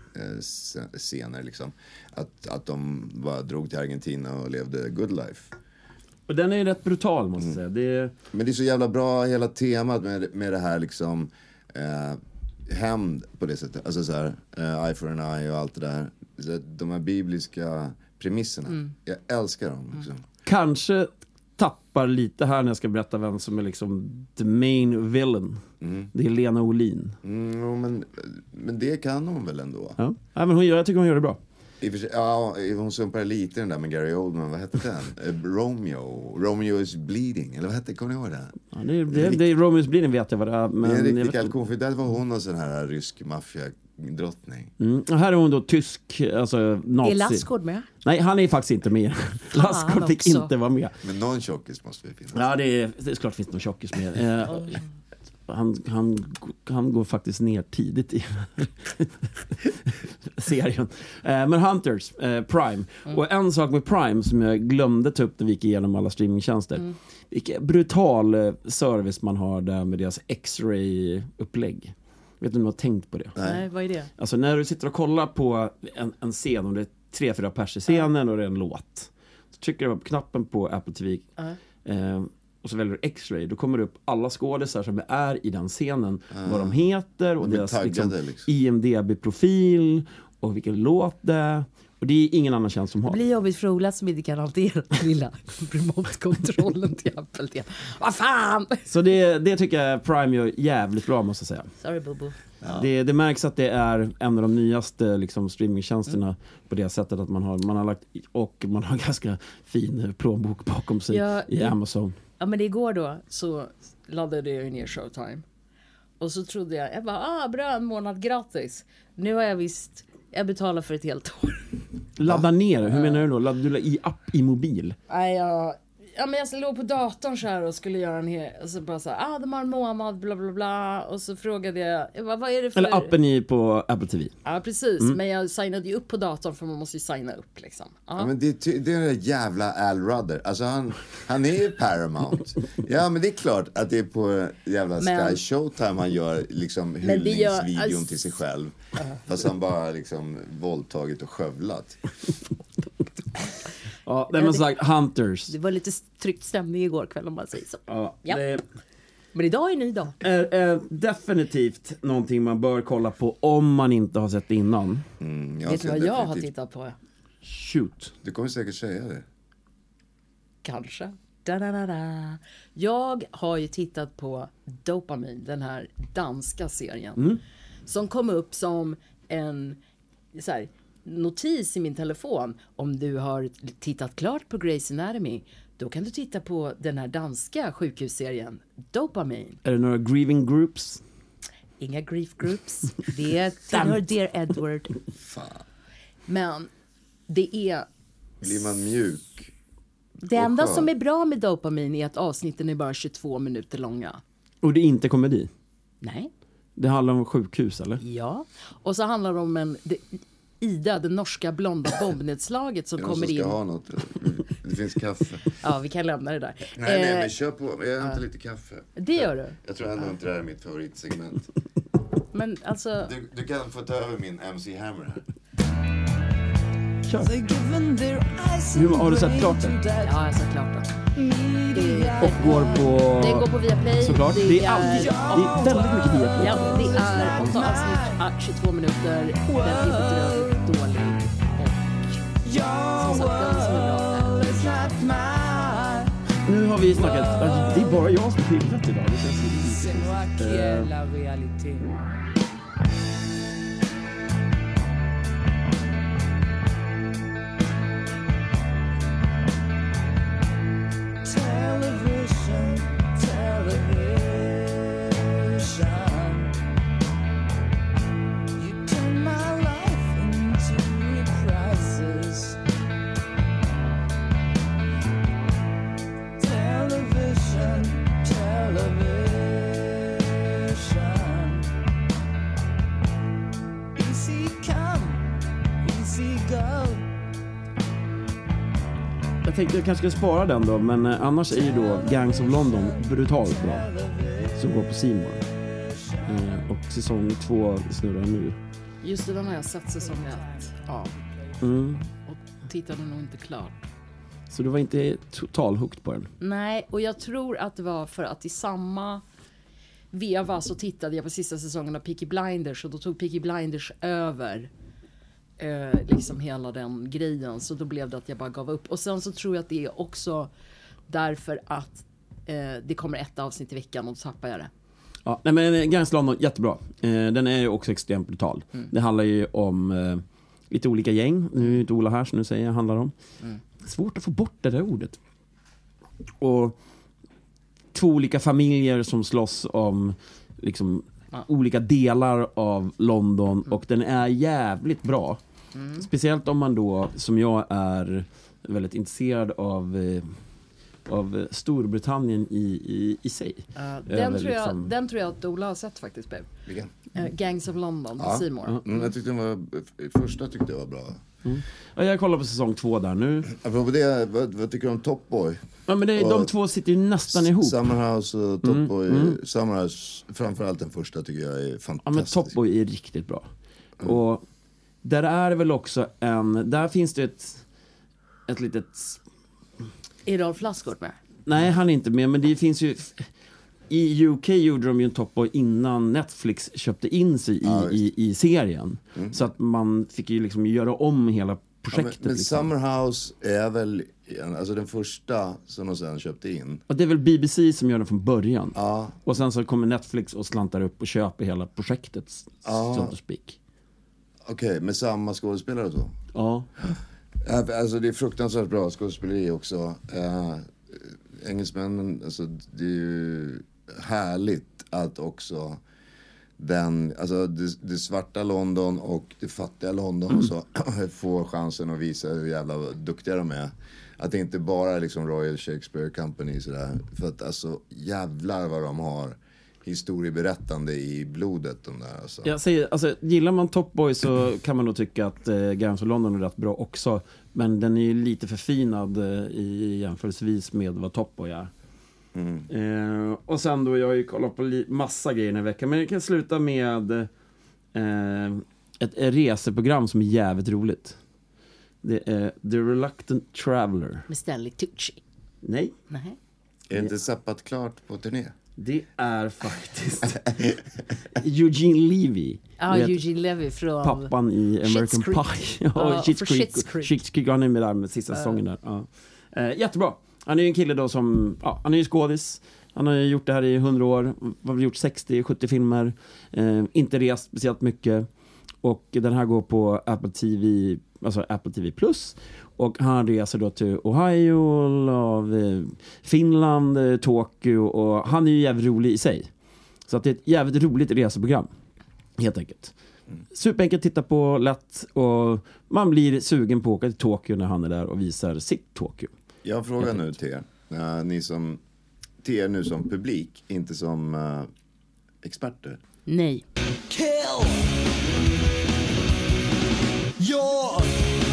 scener liksom. Att de bara drog till Argentina och levde good life. Och den är ju rätt brutal måste jag säga. Men det är så jävla bra hela temat med det här liksom hämnd på det sättet. Alltså så här, eye for an eye och allt det där. Så de här bibliska premisserna. Jag älskar dem liksom. Kanske tappar lite här när jag ska berätta vem som är liksom the main villain. Det är Lena Olin. Men det kan hon väl ändå? Ja, men jag tycker hon gör det bra. Ja, hon sumpar lite den där med Gary Oldman. Vad hette den? Romeo is bleeding. Eller vad hette, kommer ni ihåg det? Ja, det är Romeo is bleeding vet jag vad det är. Men det är en riktig kalkon, för där var hon en sån här rysk maffiadrottning. Och här är hon då tysk, alltså nazi. Är Lassgård med? Nej, han är faktiskt inte med. Lassgård fick också. inte vara med. Men någon tjockis måste vi finnas. Ja, det är klart finns någon tjockis med. Han går faktiskt ner tidigt i serien. Men Hunters, Prime. Och en sak med Prime som jag glömde ta upp när vi gick igenom alla streamingtjänster. Vilken brutal service man har där med deras X-ray-upplägg. Vet du om du har tänkt på det? Nej, vad är det? Alltså när du sitter och kollar på en scen, om det är 3-4 pers i scenen och det är en låt. Så trycker du på knappen på Apple TV. Och så väljer du X-ray. Då kommer det upp alla skådespelare som är i den scenen. Vad de heter och deras taggade, liksom. IMDb-profil och vilken låt det är. Och det är ingen annan tjänst som har. Det blir jobbigt för Ola som inte kan hantera den lilla remote-kontrollen till Apple TV. Vad fan! Så det tycker jag Prime gör jävligt bra måste jag säga. Sorry Bobo. Ja. Det märks att det är en av de nyaste liksom, streamingtjänsterna på det sättet att man har lagt och man har ganska fin plånbok bakom sig i Amazon. Ja, men igår då så laddade jag ner Showtime. Och så trodde jag bara, bra, en månad gratis. Nu har jag betalar för ett helt år. Ladda ner, hur menar du då? Laddar du i app i mobil? Nej, men jag låg på datorn så här och skulle göra en och så bara så här, de har en månad, bla bla bla. Och så frågade jag vad är det för... Eller appen på Apple TV. Ja, precis. Men jag signade ju upp på datorn för man måste ju signa upp liksom. Ja, men det är den där jävla Al Rudder. Alltså han är ju Paramount. Ja, men det är klart att det är på jävla Sky Showtime han gör liksom hyllningsvideon till sig själv. Fast han bara liksom våldtagit och skövlat. Ja, det är som sagt Hunters. Det var lite tryckt stämning igår kväll om man säger så. Ja. Men idag är en ny dag. Definitivt någonting man bör kolla på om man inte har sett det innan. Vet du vad jag har tittat på? Shoot. Du kommer säkert säga det. Kanske. Da-da-da-da. Jag har ju tittat på Dopamin, den här danska serien. Som kom upp som en så här, notis i min telefon. Om du har tittat klart på Grey's Anatomy, då kan du titta på den här danska sjukhusserien Dopamin. Är det några grieving groups? Inga grief groups. Det är tillhör Dear Edward. Fan. Men det är... Blir man mjuk? Det enda som är bra med Dopamin är att avsnitten är bara 22 minuter långa. Och det är inte komedi? Nej. Det handlar om sjukhus, eller? Ja. Och så handlar det om Ida, det norska blonda bombnedslaget som kommer in. Ska ha något. Det finns kaffe. Ja, vi kan lämna det där. Nej, men kör på. Jag hämtar lite kaffe. Det gör du. Jag tror ändå inte det här är mitt favoritsegment. Men alltså... Du kan få ta över min MC Hammer här. Kör. Har du sett klart det? Ja, jag har sett klart det. Och går på... Den går på Viaplay. Såklart. Det är väldigt mycket Viaplay. Ja, det är 8 avsnitt, 22 minuter. Den är bedrövligt dålig. Och som sagt, den som är bra. Nu har vi snackat... Det är bara jag som har pillat idag. Det känns lite... Jag tänkte jag kanske ska spara den då, men annars är ju då Gangs of London brutalt bra. Som går på C More. Och säsong 2 snurrar nu. Just det, den har jag sett säsong 1. Ja. Och tittade nog inte klart. Så du var inte totalhooked på den? Nej, och jag tror att det var för att i samma veva så tittade jag på sista säsongen av Peaky Blinders, och då tog Peaky Blinders över liksom hela den grejen, så då blev det att jag bara gav upp. Och sen så tror jag att det är också därför att det kommer ett avsnitt i veckan och då tappar jag det. Ja, nej men Gangs London, jättebra. Den är ju också extremt brutal. Det handlar ju om lite olika gäng. Nu är inte Ola här, så nu säger jag handlar om. Svårt att få bort det där ordet. Och 2 olika familjer som slåss om liksom olika delar av London, och den är jävligt bra. Speciellt om man då, som jag är väldigt intresserad av Storbritannien i sig. Den tror jag att Ola har sett faktiskt, Bev. Vilken? Gangs of London på C More. Jag tyckte den var, första tyckte jag var bra. Ja, jag kollar på säsong 2 där nu. Apropå det, vad tycker du om Top Boy? Ja, men de två sitter ju nästan ihop. Summerhouse och Top Boy. Summerhouse, framförallt den första tycker jag är fantastisk. Ja, men Top Boy är riktigt bra. Och där är det väl också där finns det ett litet... Är Rolf Lassgård med? Nej, han är inte med, men det finns ju... I UK gjorde de ju en Top Boy innan Netflix köpte in sig i serien. Så att man fick ju liksom göra om hela projektet. Men liksom. Summerhouse är väl alltså den första som de sen köpte in. Och det är väl BBC som gör den från början. Ja. Och sen så kommer Netflix och slantar upp och köper hela projektet, so to speak. Okej, med samma skådespelare då? Ja. Alltså det är fruktansvärt bra skådespeleri också. Engelsmännen, alltså det är ju härligt att också det svarta London och det fattiga London så får chansen att visa hur jävla duktiga de är. Att det inte bara är liksom Royal Shakespeare Company sådär. För att alltså jävlar vad de har historieberättande i blodet de där alltså. Jag säger, alltså gillar man Top Boy så kan man nog tycka att Gangs of London är rätt bra också. Men den är ju lite förfinad i jämförelsevis med vad Top Boy är. Och sen då, jag har ju kollat på massa grejer den här veckan. Men jag kan sluta med ett reseprogram som är jävligt roligt. Det är The Reluctant Traveler. Med Stanley Tucci. Nej. Är inte Zappat klart på turné? Det är faktiskt Eugene Levy. Ja, Eugene Levy från pappan i American Pie. Ja, Schitt's Creek. Han är med där med sista säsongen där. Ja. Jättebra. Han är ju en kille då som, han är ju skådis. Han har gjort det här i 100 år. Har gjort 60-70 filmer. Inte rest speciellt mycket. Och den här går på Apple TV, alltså Apple TV Plus. Och han reser då till Ohio, Finland, Tokyo. Och han är ju jävligt rolig i sig. Så att det är ett jävligt roligt reseprogram. Helt enkelt. Superenkelt att titta på, lätt. Och man blir sugen på att åka till Tokyo när han är där och visar sitt Tokyo. Jag frågar nu till er. Till er nu som publik, inte som experter. Nej. Kill your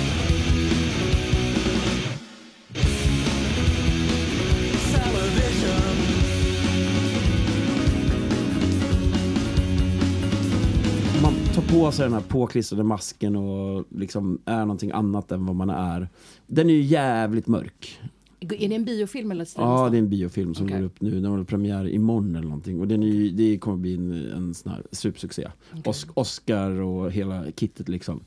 television. Man tar på sig den här påklistrade masken och liksom är någonting annat än vad man är. Den är ju jävligt mörk. Är det en biofilm eller? Ja, det är en biofilm som går upp nu. Den har premiär imorgon eller någonting. Och det kommer bli en sån här supersuccé. Oscar och hela kittet liksom.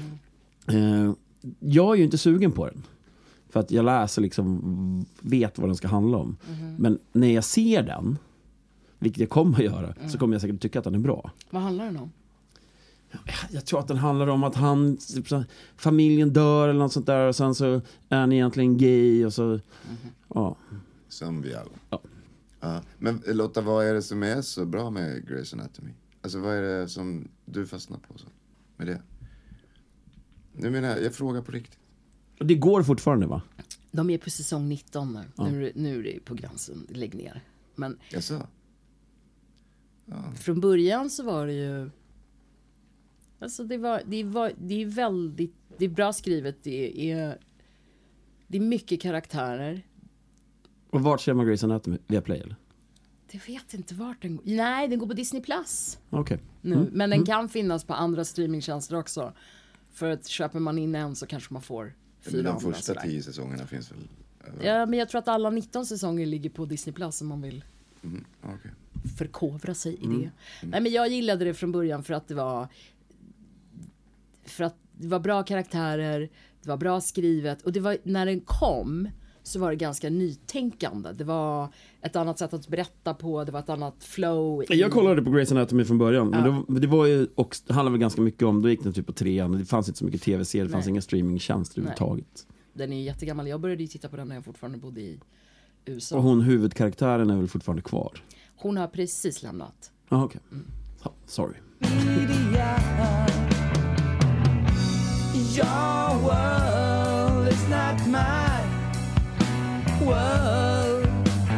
Jag är ju inte sugen på den. För att jag läser liksom, vet vad den ska handla om. Men när jag ser den, vilket jag kommer att göra, så kommer jag säkert tycka att den är bra. Vad handlar den om? Jag tror att den handlar om att familjen dör eller något sånt där, och sen så är han egentligen gay och så ja. Som vi alla. Ja. Men Lotta, vad är det som är så bra med Grey's Anatomy? Alltså vad är det som du fastnar på så med det? Nu menar jag frågar på riktigt. Och det går fortfarande, va? De är på säsong 19 nu. Ja. Nu är det på gränsen, lägg ner. Men Jaså? från början så var det ju, alltså det är väldigt, det är bra skrivet, det är mycket karaktärer. Och vart ser man Grey's Anatomy? Via Play eller? Jag vet inte vart den går. Nej, den går på Disney Plus Okej. nu. Men den kan finnas på andra streamingtjänster också. För att köper man in en så kanske man får 4 De andra. första 10 säsongerna finns väl? Ja, men jag tror att alla 19 säsonger ligger på Disney Plus om man vill Okay. förkovra sig i det. Nej, men jag gillade det från början för att det var bra karaktärer, det var bra skrivet och det var, när den kom så var det ganska nytänkande. Det var ett annat sätt att berätta på, det var ett annat flow. Jag kollade på Grey's Anatomy från början, men det var ju också, det handlade väl ganska mycket om, då gick den typ på 3:an, det fanns inte så mycket tv-serier, det fanns inga streamingtjänster överhuvudtaget. Den är ju jättegammal, jag började ju titta på den när jag fortfarande bodde i USA. Och huvudkaraktären är väl fortfarande kvar? Hon har precis lämnat. Ja, okej. Sorry. Your world is not my world.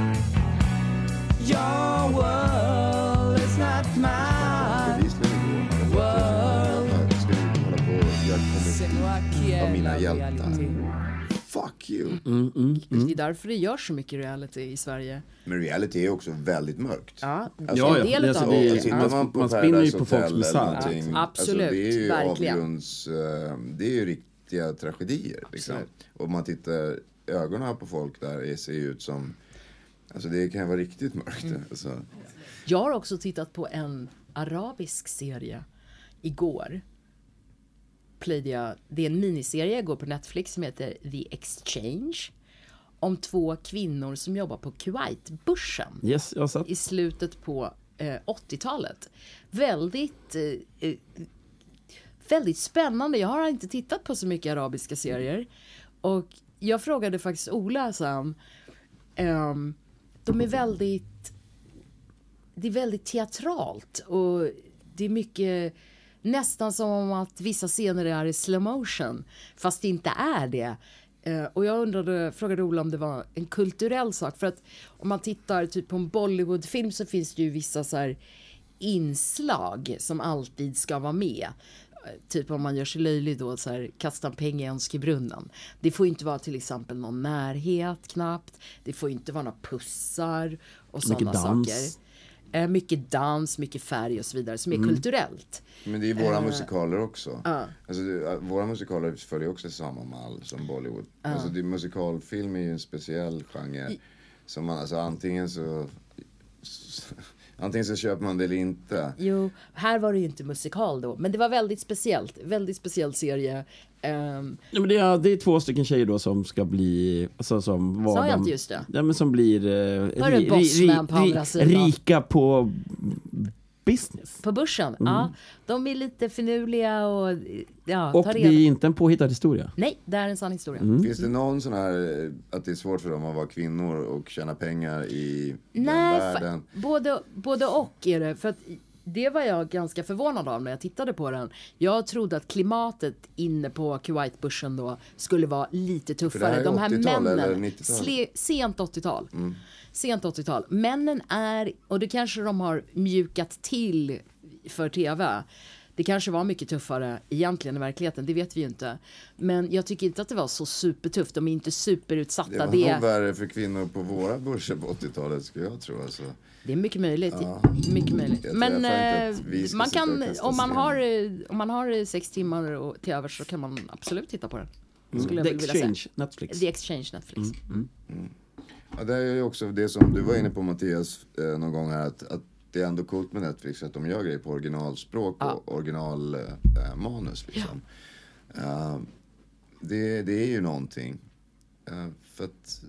Your world is not my world. Ska vi hålla på och göra komedi av mina hjältar? Fuck you. Det är därför det görs så mycket reality i Sverige. Men reality är också väldigt mörkt. Ja, Ja, en del det är utav så det. det är. Tittar man på Man spinner ju Paradise på folks Hotel misär. eller någonting, Absolut, alltså det är ju verkligen. det är ju riktiga tragedier liksom. Och man tittar ögonen på folk där, det ser ut som, alltså det kan vara riktigt mörkt. Alltså. Jag har också tittat på en arabisk serie igår. Det är en miniserie, går på Netflix, som heter The Exchange. Om 2 kvinnor som jobbar på Kuwait-börsen. Yes, jag har sett. I slutet på 80-talet. Väldigt spännande. Jag har inte tittat på så mycket arabiska serier. Och jag frågade faktiskt Ola sen. De är det är väldigt teatralt. Och det är mycket, nästan som att vissa scener är i slow motion. Fast det inte är det. Och jag frågade Ola om det var en kulturell sak. För att om man tittar typ på en Bollywoodfilm så finns det ju vissa så här inslag som alltid ska vara med. Typ om man gör sig löjlig då, så här, kasta en pengar i önskebrunnen. Det får inte vara till exempel någon närhet knappt. Det får inte vara några pussar och sådana saker. Mycket dans, mycket färg och så vidare som är kulturellt. Men det är våra musikaler också. Alltså, våra musikaler följer också samma mall som Bollywood. Alltså, musikalfilm är ju en speciell genre. Som man, alltså, antingen så köper man det eller inte. Jo, här var det ju inte musikal då. Men det var väldigt speciellt. Väldigt speciell serie. Ja, men det är 2 stycken tjejer då som ska bli, alltså, som var sa jag inte just det? Ja, men som blir rika på business. På börsen, ja. De är lite finurliga och och tar det är inte en påhittad historia. Nej, det är en sann historia. Finns det någon sån här att det är svårt för dem att vara kvinnor och tjäna pengar i den världen? Både och är det. För att det var jag ganska förvånad av när jag tittade på den. Jag trodde att klimatet inne på Kuwait-börsen då skulle vara lite tuffare. För det här är de här 80-tal männen, eller 90-tal? Sent 80-tal. Sent 80-tal. Männen är, och det kanske de har mjukat till för tv. Det kanske var mycket tuffare egentligen i verkligheten, det vet vi ju inte. Men jag tycker inte att det var så supertufft. De är inte superutsatta. Det var nog värre för kvinnor på våra börser på 80-talet, skulle jag tro. Alltså. Det är mycket möjligt. Mycket möjligt. Men man kan, om man har 6 timmar och till övers så kan man absolut titta på den. The Exchange, Netflix. The Exchange, Netflix. Ja, det är ju också det som du var inne på, Mattias, någon gång här, att det är ändå coolt med Netflix att de gör grejer på originalspråk och originalmanus liksom. Det är ju någonting. För att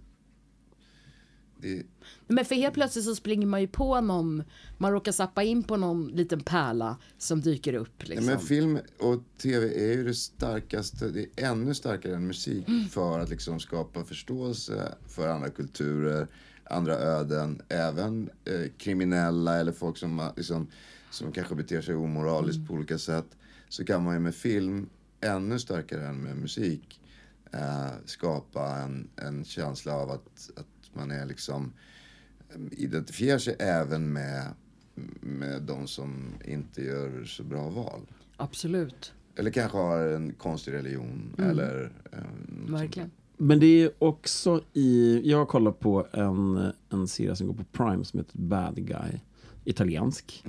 men för helt plötsligt så springer man ju på någon, man råkar sappa in på någon liten pärla som dyker upp liksom. Ja, men film och tv är ju det starkaste, det är ännu starkare än musik för att liksom skapa förståelse för andra kulturer, andra öden, även kriminella eller folk som kanske beter sig omoraliskt på olika sätt. Så kan man ju med film ännu starkare än med musik skapa en känsla av att man är liksom identifierar sig även med de som inte gör så bra val. Absolut. Eller kanske har en konstig religion eller verkligen. Men det är också jag kollar på en serie som går på Prime som heter Bad Guy. Italiensk.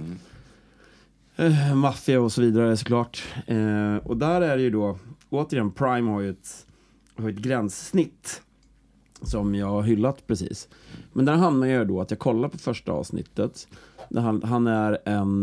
Maffia och så vidare såklart. Och där är det ju då, återigen, Prime har ju ett gränssnitt som jag har hyllat precis. Men där hamnar jag då att jag kollar på första avsnittet. Där han är en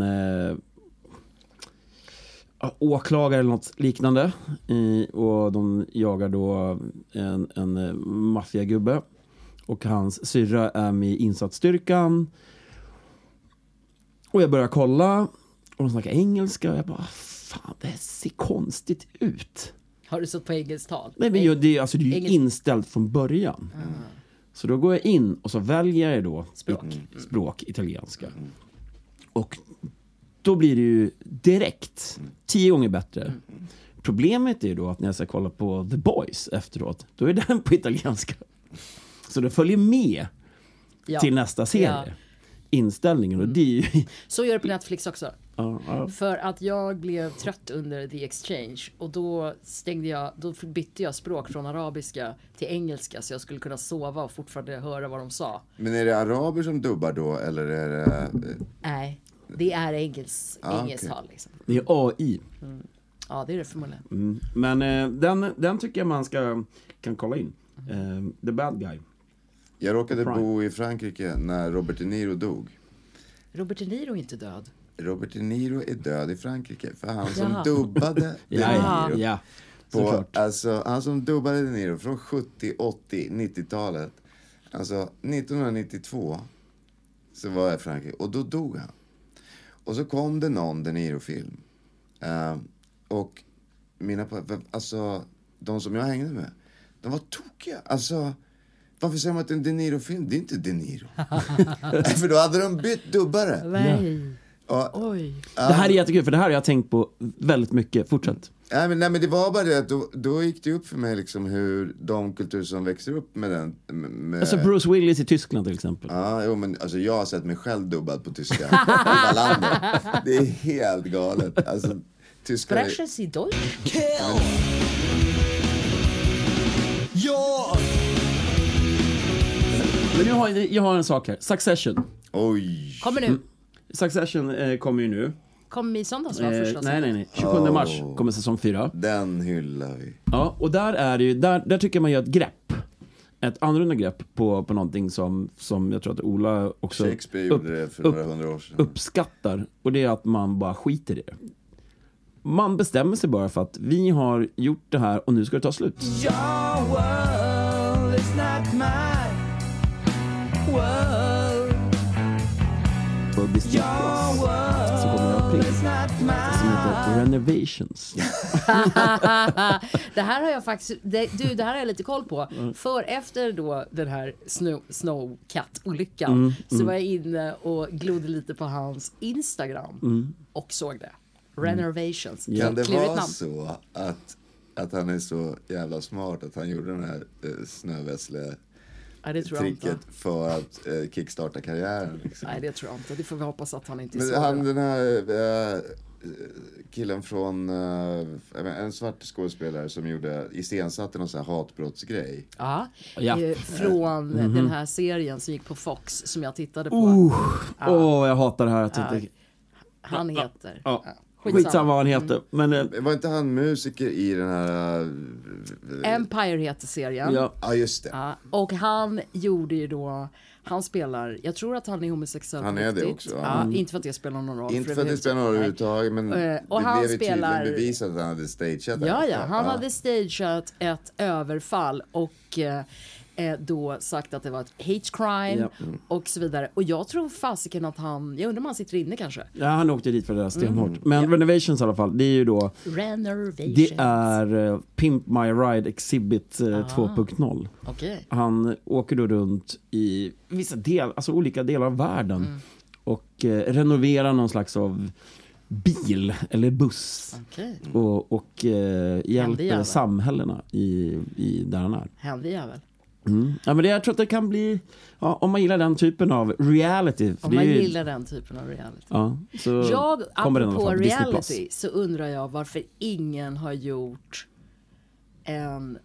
åklagare eller något liknande. Och de jagar då en maffiagubbe. Och hans syrra är med i insatsstyrkan. Och jag börjar kolla. Och de snackar engelska. Och jag bara, fan, det ser konstigt ut. Har du sett på engelskt tal? Nej, men det är ju inställt från början. Så då går jag in och så väljer jag då språk italienska. Och då blir det ju direkt 10 gånger bättre. Problemet är ju då att när jag ska kolla på The Boys efteråt, då är den på italienska. Så det följer med till nästa serie. Inställningen. Och det är ju... Så gör det på Netflix också. Ja. För att jag blev trött under The Exchange och då bytte jag språk från arabiska till engelska så jag skulle kunna sova och fortfarande höra vad de sa. Men är det araber som dubbar då eller är det... Nej, det är engelskt tal liksom. Det är AI. Ja, det är det förmodligen. Men den tycker jag man kan kolla in. The Bad Guy. Jag råkade bo i Frankrike när Robert De Niro dog. Robert De Niro är inte död. Robert De Niro är död i Frankrike. För han som dubbade De Niro. Ja. Han som dubbade De Niro från 70, 80, 90-talet. Alltså 1992 så var jag i Frankrike. Och då dog han. Och så kom det någon De Niro-film. Och de som jag hängde med, de var tokiga. Alltså, varför säger man att det är en De Niro-film? Det är inte De Niro. För då hade de bytt dubbare. Nej. Oj. Det här är jättekul, för det här har jag tänkt på väldigt mycket. Fortsätt. Nej, men det var bara det att då gick det upp för mig liksom hur de kulturer som växer upp med den... Alltså Bruce Willis i Tyskland till exempel. Ja, men alltså jag har sett mig själv dubbad på tyska. I landet. Det är helt galet. Alltså, tyskar... Sprechen Sie Deutsch? Kill! Ja! Men jag har en sak här. Succession. Oj. Kommer nu. Succession kommer ju nu. Kom i söndags va? Första Nej. 27 mars kommer säsong 4. Den hyllar vi. Ja, och där är det ju, där tycker man gör ett grepp. Ett annorlunda grepp på någonting som jag tror att Ola också Shakespeare gjorde det för några 100 år sedan. Uppskattar. Och det är att man bara skiter i det. Man bestämmer sig bara för att vi har gjort det här och nu ska det ta slut. Your world is not my world. På Disney Plus så kommer det april. Som heter Renovations. Det här har jag faktiskt det här har jag lite koll på. För efter då den här Snowcat-olyckan så var jag inne och glodde lite på hans Instagram och såg det. Renovations. Kan det vara namn. så att han är så jävla smart att han gjorde den här snövessle tricket för att kickstarta karriären liksom. Nej, det tror jag inte. Det får vi hoppas att han inte är men så. Han, den här killen från en svart skådespelare som iscensatte någon sån här hatbrottsgrej. Ja. Ja. Från den här serien som gick på Fox som jag tittade på. Jag hatar det här. Han heter. Skitsamma vad han heter. Men, var inte han musiker i den här... Empire heter serien. Ja, just det. Ja, och han gjorde ju då... Han spelar... Jag tror att han är homosexuell. Han är det också. Ja, inte för att det spelar någon roll. Inte för att det spelar någon roll överhuvudtaget, men och det han blev spelar... tydligen bevisat att han hade stageat. Ja, han hade stageat ett överfall och då sagt att det var ett hate crime och så vidare. Och jag tror fasiken att han... Jag undrar om han sitter inne kanske. Ja, han åkte dit för det där stenhårt. Men Renovations i alla fall, det är ju då... Renovations. Det är Pimp My Ride Exhibit 2.0. Okay. Han åker då runt i vissa olika delar av världen och renoverar någon slags av bil eller buss och hjälper samhällena i där han är. Hände jävel. Ja, men jag tror att det kan bli om man gillar den typen av reality. Om man gillar den typen av reality. Ja, så jag, apropå reality, Disney+. så undrar jag varför ingen har gjort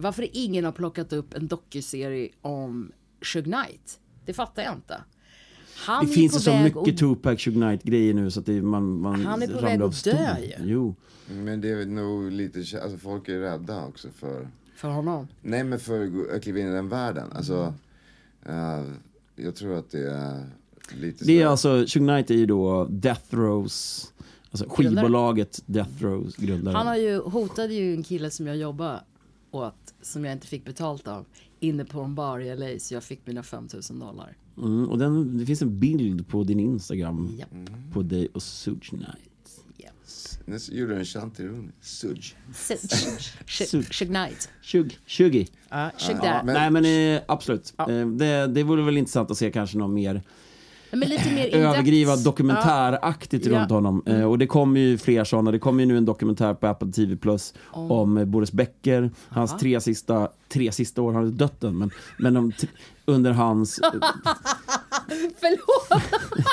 varför ingen har plockat upp en docuserie om Suge Knight. Det fattar jag inte. Han det finns så mycket och... Tupac, Suge Knight-grejer nu så att man han är på väg att dö ju. Jo. Men det är nog lite... Alltså folk är rädda också för honom. Nej, men för att kliva in i den världen. Alltså, jag tror att det är lite... Det är alltså, Suge Knight är ju då Death Rows, alltså skivbolaget Death Rows grundare. Han hotade ju en kille som jag jobbar åt, som jag inte fick betalt av, inne på en bar i LA, så jag fick mina $5,000. Och det finns en bild på din Instagram på dig och Suge Knight. Nu gjorde en chantironi. Suge Knight. Suge. Nej, men absolut. Det vore väl intressant att se kanske någon mer... Men lite mer överdriva dokumentäraktigt runt honom. Och det kommer ju fler sådana. Det kommer ju nu en dokumentär på Apple TV Plus om Boris Becker. Hans tre sista år, han har dött den, men under hans... Förlåt!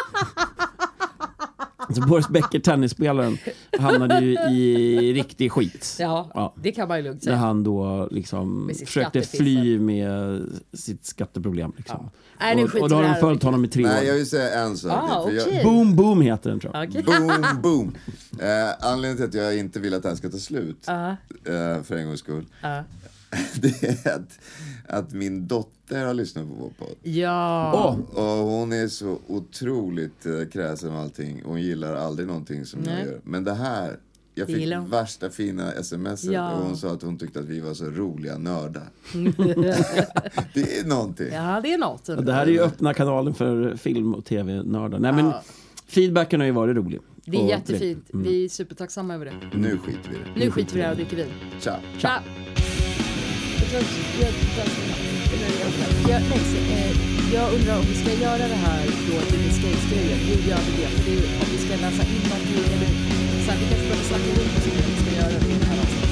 Så Boris Becker, tennisspelaren, hamnade ju i riktig skit. Ja, det kan man ju lugnt säga. När han då liksom försökte fly med sitt skatteproblem. Liksom. Och då har de följt honom i 3 år. Nej, jag vill säga en sak. Okay. Boom Boom heter den, tror jag. Okay. Boom Boom. Anledningen till att jag inte vill att det här ska ta slut, för en gångs skull, det är att min dotter har lyssnat på vår podd. Ja. Och hon är så otroligt kräsen med allting. Hon gillar aldrig någonting som jag gör. Men det här, jag fick värsta fina sms'et och hon sa att hon tyckte att vi var så roliga nördar. Det är någonting. Ja, det är något. Det här är ju öppna kanalen för film- och tv-nördar. Nej, men feedbacken har ju varit rolig. Det är jättefint. Vi är supertacksamma över det. Nu skiter vi i det. Nu skiter vi i det och dricker vin. Ciao. Ciao. Jag undrar om vi ska göra det här då till Skates-grejen. Hur gör vi det? För det är, om vi ska läsa in någonting eller så här, vi kanske behöver snacka runt och så vi ska göra det i det här avsnittet.